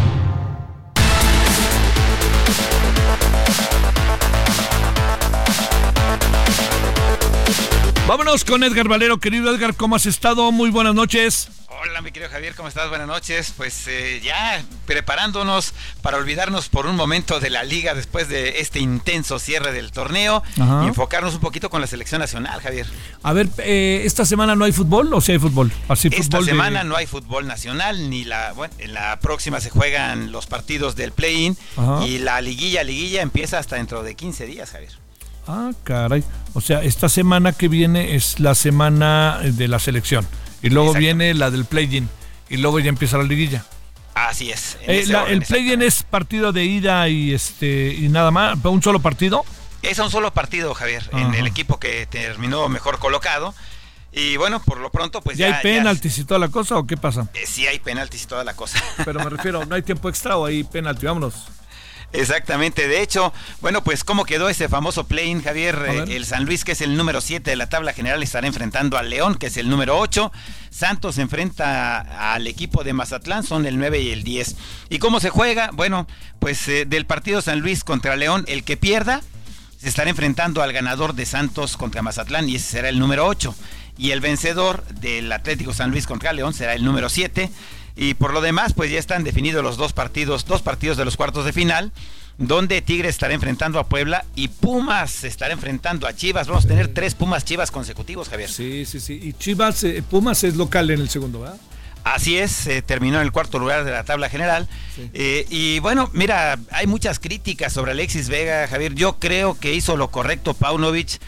Vámonos con Edgar Valero. Querido Edgar, ¿cómo has estado? Muy buenas noches. Hola, mi querido Javier, ¿cómo estás? Buenas noches. Pues ya preparándonos para olvidarnos por un momento de la liga después de este intenso cierre del torneo. Ajá. Y enfocarnos un poquito con la selección nacional, Javier. A ver, ¿esta semana no hay fútbol o sí hay fútbol? Esta semana no hay fútbol nacional, en la próxima se juegan los partidos del play-in. Ajá. Y la liguilla empieza hasta dentro de 15 días, Javier. Ah, caray. O sea, esta semana que viene es la semana de la selección. Y luego viene la del play-in. Y luego ya empieza la liguilla. Así es. El play-in es partido de ida y nada más. ¿Un solo partido? Es un solo partido, Javier. Ajá. En el equipo que terminó mejor colocado. Y bueno, por lo pronto pues ¿Ya hay penaltis y toda la cosa o qué pasa? Sí hay penaltis y toda la cosa. Pero me refiero, ¿no hay tiempo extra o hay penalti? Vámonos. Exactamente, de hecho, bueno, pues cómo quedó ese famoso play-in, Javier. El San Luis, que es el número 7 de la tabla general, estará enfrentando al León, que es el número 8. Santos enfrenta al equipo de Mazatlán, son el 9 y el 10. ¿Y cómo se juega? Bueno, pues del partido San Luis contra León, el que pierda se estará enfrentando al ganador de Santos contra Mazatlán, y ese será el número 8. Y el vencedor del Atlético San Luis contra León será el número 7. Y por lo demás, pues ya están definidos los dos partidos de los cuartos de final, donde Tigres estará enfrentando a Puebla y Pumas estará enfrentando a Chivas. Vamos a tener 3 Pumas Chivas consecutivos, Javier. Sí. Y Chivas, Pumas es local en el segundo, ¿verdad? Así es, terminó en el cuarto lugar de la tabla general. Sí. Y bueno, mira, hay muchas críticas sobre Alexis Vega, Javier. Yo creo que hizo lo correcto Paunovic.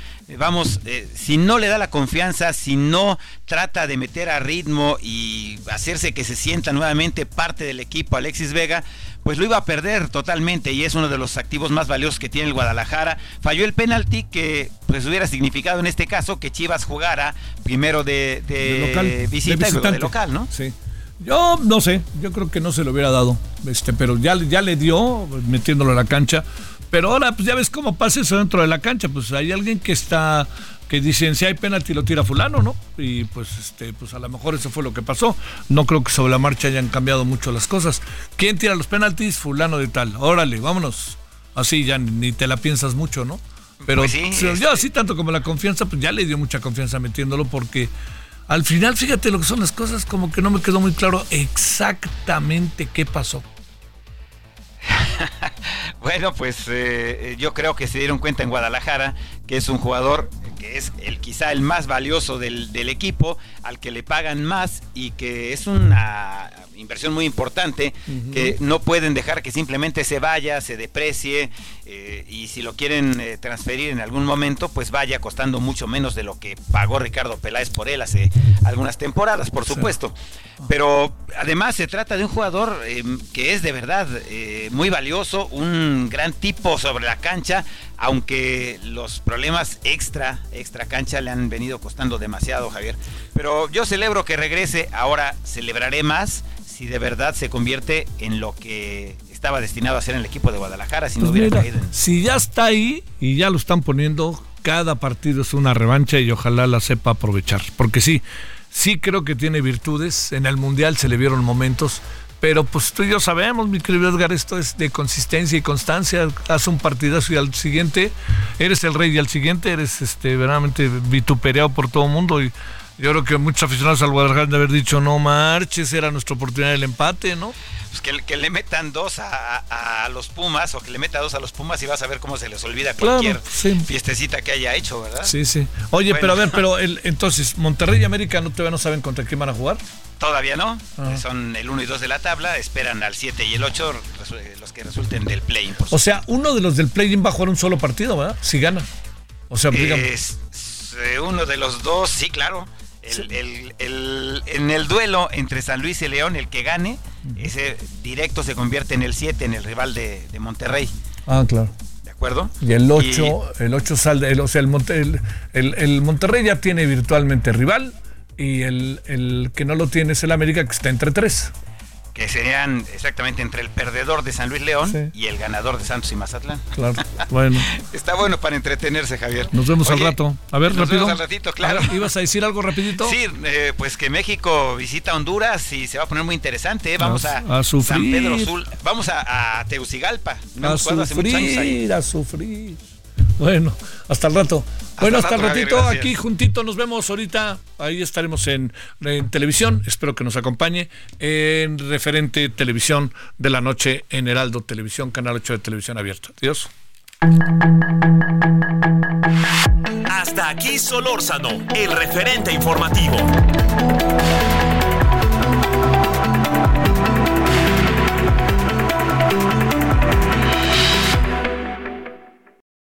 Si no le da la confianza, si no trata de meter a ritmo y hacerse que se sienta nuevamente parte del equipo Alexis Vega, pues lo iba a perder totalmente, y es uno de los activos más valiosos que tiene el Guadalajara. Falló el penalti que pues hubiera significado en este caso que Chivas jugara primero de local, visita y luego de local, ¿no? Sí. Yo no sé, yo creo que no se lo hubiera dado, pero ya le dio metiéndolo a la cancha. Pero ahora, pues ya ves cómo pasa eso dentro de la cancha. Pues hay alguien que dicen si hay penalti lo tira fulano, ¿no? Y pues pues a lo mejor eso fue lo que pasó. No creo que sobre la marcha hayan cambiado mucho las cosas. ¿Quién tira los penaltis? Fulano de tal. Órale, vámonos. Así ya ni te la piensas mucho, ¿no? Pero pues sí, yo así tanto como la confianza, pues ya le dio mucha confianza metiéndolo, porque al final, fíjate lo que son las cosas, como que no me quedó muy claro exactamente qué pasó. Bueno, pues yo creo que se dieron cuenta en Guadalajara que es un jugador que es quizá el más valioso del equipo, al que le pagan más y que es una inversión muy importante, que no pueden dejar que simplemente se vaya, se deprecie, y si lo quieren transferir en algún momento, pues vaya costando mucho menos de lo que pagó Ricardo Peláez por él hace algunas temporadas, por supuesto. Pero además se trata de un jugador que es de verdad muy valioso, un gran tipo sobre la cancha, aunque los problemas extra cancha le han venido costando demasiado, Javier. Pero yo celebro que regrese, ahora celebraré más si de verdad se convierte en lo que estaba destinado a ser en el equipo de Guadalajara, si no hubiera caído. Si ya está ahí y ya lo están poniendo, cada partido es una revancha y ojalá la sepa aprovechar, porque sí creo que tiene virtudes. En el Mundial se le vieron momentos, pero pues tú y yo sabemos, mi querido Edgar, esto es de consistencia y constancia. Haz un partidazo y al siguiente eres el rey, y al siguiente eres verdaderamente vituperado por todo el mundo. Y yo creo que muchos aficionados al Guadalajara han de haber dicho, no marches, era nuestra oportunidad del empate, ¿no? Pues que le metan 2 a los Pumas, o que le meta 2 a los Pumas, y vas a ver cómo se les olvida cualquier fiestecita que haya hecho, ¿verdad? Sí. Oye, bueno. pero entonces, Monterrey y América todavía no saben contra quién van a jugar. Todavía no, son el 1 y 2 de la tabla, esperan al 7 y el 8 los que resulten del play-in. O sea, uno de los del play-in va a jugar un solo partido, ¿verdad? Si gana. O sea, digamos. Uno de los dos, sí, claro. En el duelo entre San Luis y León, el que gane, ese directo se convierte en el 7, en el rival de Monterrey. Ah, claro. ¿De acuerdo? Y el 8 sale, o sea, el Monterrey ya tiene virtualmente rival, y el que no lo tiene es el América, que está entre 3. Que serían exactamente entre el perdedor de San Luis León y el ganador de Santos y Mazatlán. Claro, bueno. Está bueno para entretenerse, Javier. Nos vemos al rato. A ver, nos rápido. Vemos al ratito, claro. Ver, ¿ibas a decir algo rapidito? Sí, pues que México visita Honduras y se va a poner muy interesante. Vamos a sufrir. San Pedro Sula. Vamos a Tegucigalpa. A sufrir. Bueno, hasta el rato. Hasta el ratito, Javier, aquí juntito nos vemos ahorita. Ahí estaremos en televisión. Espero que nos acompañe en Referente Televisión de la Noche en Heraldo Televisión, Canal 8 de Televisión Abierta. Adiós. Hasta aquí Solórzano, el referente informativo.